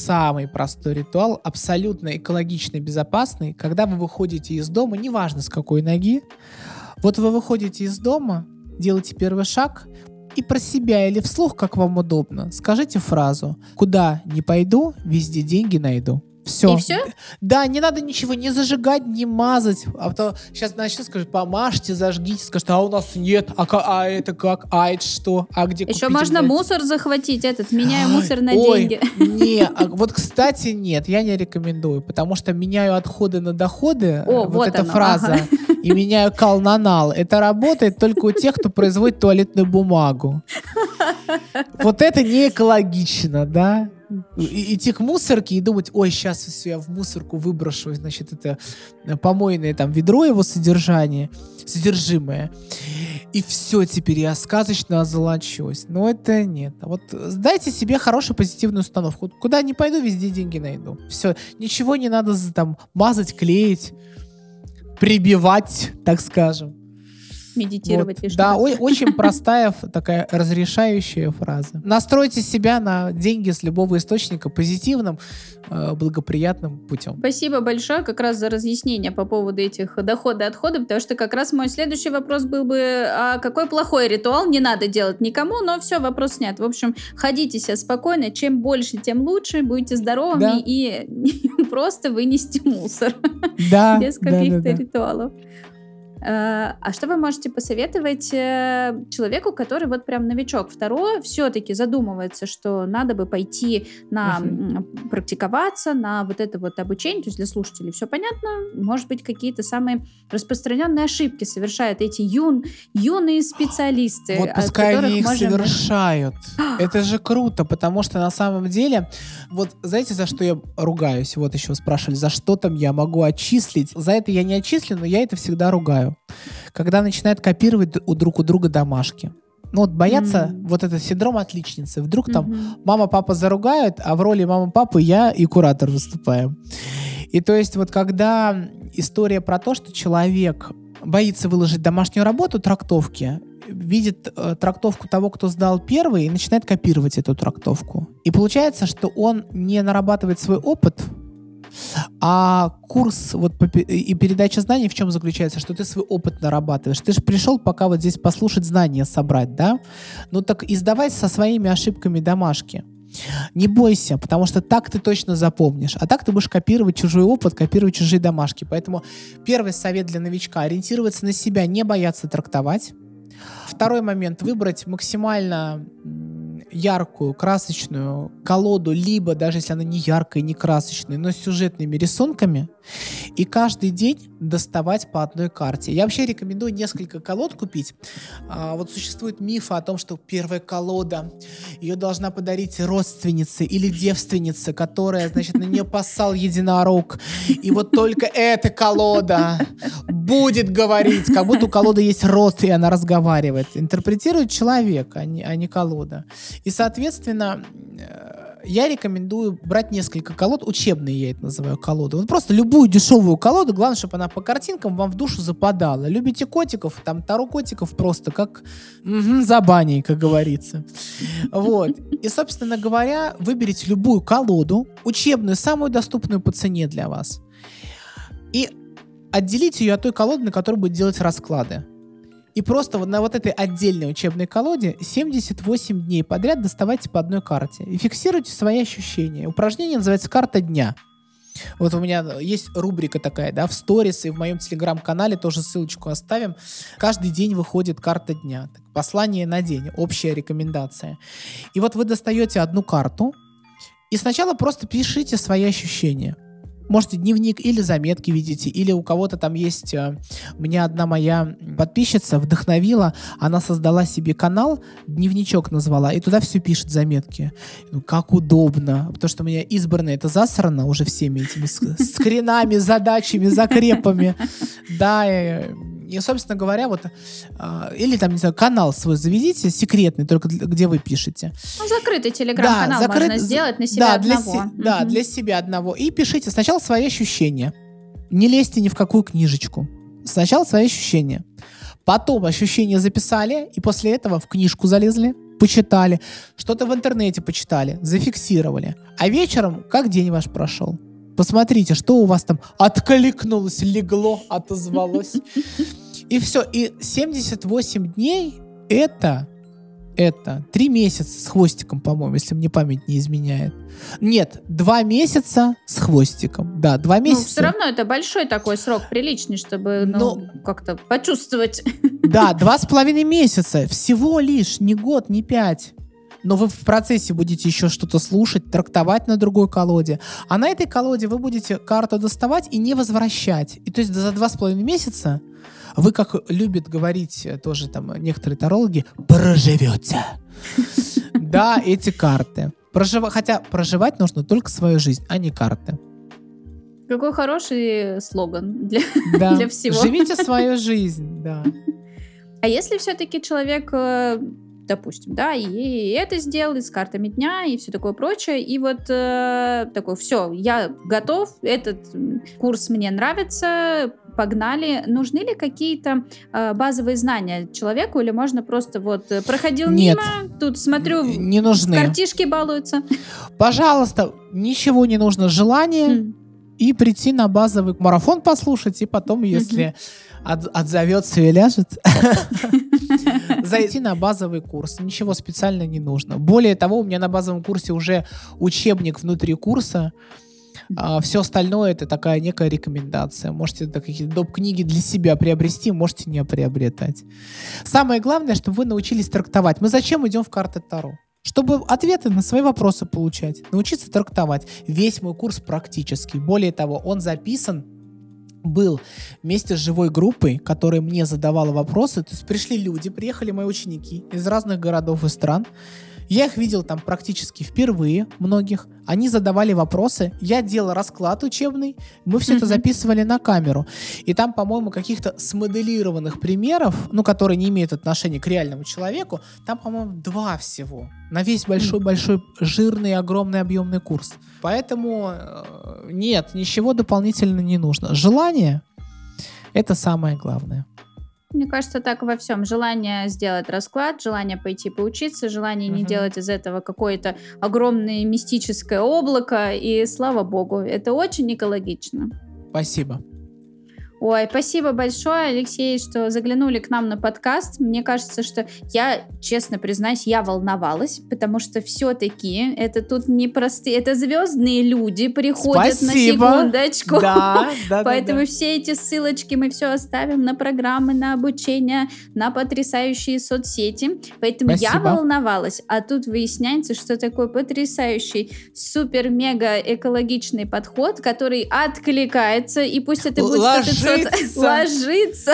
абсолютно экологичный, безопасный, когда вы выходите из дома, неважно с какой ноги, вот вы выходите из дома, делаете первый шаг, и про себя или вслух, как вам удобно, скажите фразу: «Куда не пойду, везде деньги найду». Все. И все? Да, не надо ничего не зажигать, не мазать. А то сейчас начнут сказать: помажьте, зажгите. Скажут: а у нас нет. А это как? А это что? А где еще купить? можно мусор захватить, меняю мусор на деньги. Не, вот, кстати, нет, я не рекомендую, потому что меняю отходы на доходы. Вот эта фраза. Ага. И меняю кал на нал. Это работает только у тех, кто производит туалетную бумагу. Вот это не экологично, да? Идти к мусорке и думать: ой, сейчас если я в мусорку выброшу, значит, это помойное там ведро, его содержимое, и все, теперь я сказочно озолочусь. Но это нет. Вот дайте себе хорошую позитивную установку. Куда не пойду, везде деньги найду. Все, ничего не надо там мазать, клеить, прибивать, так скажем. Медитировать вот. лишний Да, раз. очень простая такая разрешающая фраза. Настройте себя на деньги с любого источника позитивным, благоприятным путем. Спасибо большое как раз за разъяснение по поводу этих доходов и отходов, потому что как раз мой следующий вопрос был бы: а какой плохой ритуал не надо делать никому, но все, вопрос снят. В общем, ходите себе спокойно, чем больше, тем лучше, будете здоровыми, да. И просто вынести мусор. Да, без каких-то ритуалов. А что вы можете посоветовать человеку, который вот прям новичок в Таро, все-таки задумывается, что надо бы пойти на практиковаться, на вот это вот обучение, то есть для слушателей все понятно, может быть, какие-то самые распространенные ошибки совершают эти юные специалисты. Вот пускай они их совершают. Это же круто, потому что на самом деле, вот знаете, за что я ругаюсь? Вот еще спрашивали, за что там я могу отчислить? За это я не отчислю, но я это всегда ругаю. Когда начинают копировать друг у друга домашки. Ну вот боятся, вот это синдром отличницы. Вдруг там мама-папа заругают, а в роли мамы-папы я и куратор выступаем. И то есть вот когда история про то, что человек боится выложить домашнюю работу, трактовки, видит трактовку того, кто сдал первый, и начинает копировать эту трактовку. И получается, что он не нарабатывает свой опыт, а курс и передача знаний в чем заключается? Что ты свой опыт нарабатываешь. Ты же пришел пока вот здесь послушать знания, собрать, да? Ну так и сдавай со своими ошибками домашки. Не бойся, потому что так ты точно запомнишь. А так ты будешь копировать чужой опыт, копировать чужие домашки. Поэтому первый совет для новичка — ориентироваться на себя, не бояться трактовать. Второй момент — выбрать максимально яркую, красочную колоду, либо даже если она не яркая, не красочная, но с сюжетными рисунками, и каждый день доставать по одной карте. Я вообще рекомендую несколько колод купить. Вот существует миф о том, что первая колода, ее должна подарить родственнице или девственнице, которая, значит, на нее поссал единорог. И вот только эта колода будет говорить, как будто у колоды есть рот, и она разговаривает. Интерпретирует человек, а не колода. И, соответственно, я рекомендую брать несколько колод, учебные я это называю колоды. Вот просто любую дешевую колоду, главное, чтобы она по картинкам вам в душу западала. Любите котиков, там Таро котиков просто как за баней, как говорится. Вот. И, собственно говоря, выберите любую колоду, учебную, самую доступную по цене для вас. И отделите ее от той колоды, на которой будет делать расклады. И просто вот на вот этой отдельной учебной колоде 78 дней подряд доставайте по одной карте. И фиксируйте свои ощущения. Упражнение называется «Карта дня». Вот у меня есть рубрика такая, да, в сторис и в моем телеграм-канале, тоже ссылочку оставим. Каждый день выходит карта дня. Послание на день, общая рекомендация. И вот вы достаете одну карту и сначала просто пишите свои ощущения. Можете дневник или заметки видите, или у кого-то там есть... Меня одна моя подписчица вдохновила, она создала себе канал, дневничок назвала, и туда все пишет заметки. Ну, как удобно, потому что у меня избранное это засрано уже всеми этими скринами, задачами, закрепами. Да, и, собственно говоря, вот... Или там, не знаю, канал свой заведите, секретный, только где вы пишете. Ну, закрытый телеграм-канал можно сделать на себя одного. Да, для себя одного. И пишите сначала свои ощущения. Не лезьте ни в какую книжечку. Сначала свои ощущения. Потом ощущения записали, и после этого в книжку залезли, почитали. Что-то в интернете почитали, зафиксировали. А вечером, как день ваш прошел? Посмотрите, что у вас там откликнулось, легло, отозвалось. И все. И 78 дней это 3 месяца с хвостиком, по-моему, если мне память не изменяет. Нет, 2 месяца с хвостиком. Да, 2 месяца. Ну, все равно это большой такой срок, приличный, чтобы как-то почувствовать. Да, 2,5 месяца. Всего лишь, не год, не 5. Но вы в процессе будете еще что-то слушать, трактовать на другой колоде. А на этой колоде вы будете карту доставать и не возвращать. И то есть за 2,5 месяца вы, как любят говорить тоже там некоторые тарологи, проживете. Да, эти карты. Хотя проживать нужно только свою жизнь, а не карты. Какой хороший слоган для всего. Живите свою жизнь, да. А если все-таки человек... допустим, да, и это сделал, и с картами дня, и все такое прочее, и вот такой, все, я готов, этот курс мне нравится, погнали. Нужны ли какие-то базовые знания человеку, или можно просто вот проходил мимо, тут смотрю, не нужны. Картишки балуются? Пожалуйста, ничего не нужно, желание и прийти на базовый марафон послушать, и потом, если отзовется и ляжет, зайти на базовый курс. Ничего специально не нужно. Более того, у меня на базовом курсе уже учебник внутри курса. Все остальное это такая некая рекомендация. Можете какие-то доп. Книги для себя приобрести, можете не приобретать. Самое главное, чтобы вы научились трактовать. Мы зачем идем в карты Таро? Чтобы ответы на свои вопросы получать. Научиться трактовать. Весь мой курс практически. Более того, он записан был вместе с живой группой, которая мне задавала вопросы. То есть приехали мои ученики из разных городов и стран. Я их видел там практически впервые, многих. Они задавали вопросы, я делал расклад учебный, мы все это записывали на камеру. И там, по-моему, каких-то смоделированных примеров, которые не имеют отношения к реальному человеку, там, по-моему, 2 всего. На весь большой-большой, жирный, огромный, объемный курс. Поэтому нет, ничего дополнительно не нужно. Желание — это самое главное. Мне кажется, так во всем. Желание сделать расклад, желание пойти поучиться, желание не делать из этого какое-то огромное мистическое облако, и слава богу, это очень экологично. Спасибо. Ой, спасибо большое, Алексей, что заглянули к нам на подкаст. Мне кажется, что я, честно признаюсь, я волновалась, потому что все-таки это тут не простые, это звездные люди приходят Спасибо. на секундочку. Да. Поэтому все эти ссылочки мы все оставим на программы, на обучение, на потрясающие соцсети. Поэтому я волновалась, а тут выясняется, что такой потрясающий, супер-мега экологичный подход, который откликается, и пусть это будет 100-500 ложится.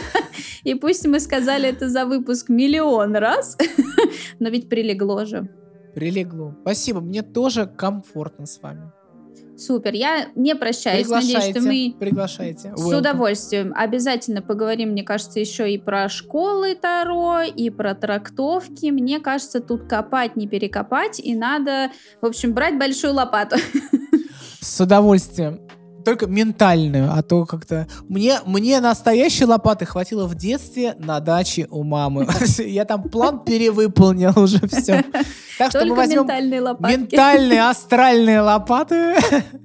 И пусть мы сказали это за выпуск миллион раз, но ведь прилегло же. Прилегло. Спасибо, мне тоже комфортно с вами. Супер, я не прощаюсь. Надеюсь, что мы приглашайте. С удовольствием. Обязательно поговорим, мне кажется, еще и про школы Таро, и про трактовки. Мне кажется, тут копать, не перекопать, и надо, в общем, брать большую лопату. С удовольствием. Только ментальную, а то как-то... Мне настоящей лопаты хватило в детстве на даче у мамы. Я там план перевыполнил уже все. Так что мы возьмем ментальные, астральные лопаты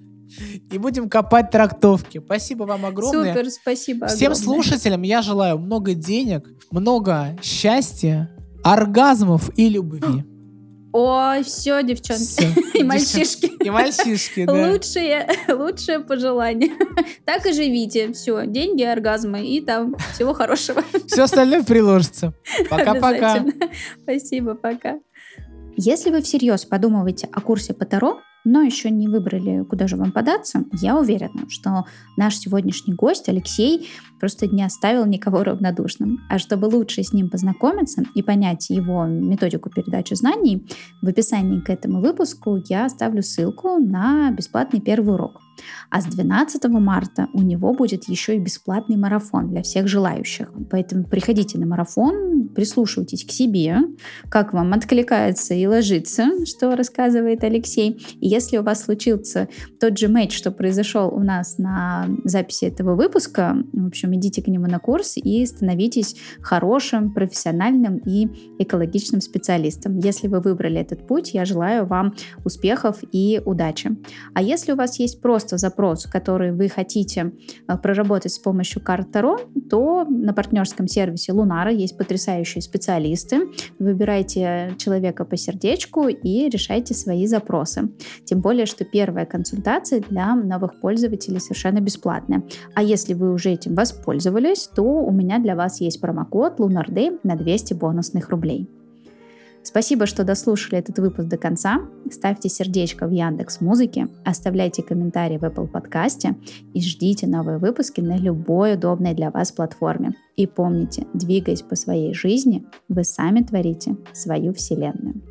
и будем копать трактовки. Спасибо вам огромное. Супер, спасибо огромное. Всем слушателям я желаю много денег, много счастья, оргазмов и любви. Ой, все, девчонки. Всё. И мальчишки. И мальчишки, да. Лучшее пожелание. Так и живите. Все, деньги, оргазмы и там всего хорошего. Все остальное приложится. Пока-пока. Спасибо, пока. Если вы всерьез подумываете о курсе по Таро, но еще не выбрали, куда же вам податься, я уверена, что наш сегодняшний гость Алексей просто не оставил никого равнодушным. А чтобы лучше с ним познакомиться и понять его методику передачи знаний, в описании к этому выпуску я оставлю ссылку на бесплатный первый урок. А с 12 марта у него будет еще и бесплатный марафон для всех желающих. Поэтому приходите на марафон, прислушивайтесь к себе, как вам откликается и ложится, что рассказывает Алексей. И если у вас случился тот же матч, что произошел у нас на записи этого выпуска, в общем, идите к нему на курс и становитесь хорошим, профессиональным и экологичным специалистом. Если вы выбрали этот путь, я желаю вам успехов и удачи. А если у вас есть просто запрос, который вы хотите проработать с помощью карт Таро, то на партнерском сервисе Лунара есть потрясающие специалисты. Выбирайте человека по сердечку и решайте свои запросы. Тем более, что первая консультация для новых пользователей совершенно бесплатная. А если вы уже этим воспользовались, то у меня для вас есть промокод LunarDay на 200 бонусных рублей. Спасибо, что дослушали этот выпуск до конца. Ставьте сердечко в Яндекс.Музыке, оставляйте комментарии в Apple подкасте и ждите новые выпуски на любой удобной для вас платформе. И помните, двигаясь по своей жизни, вы сами творите свою вселенную.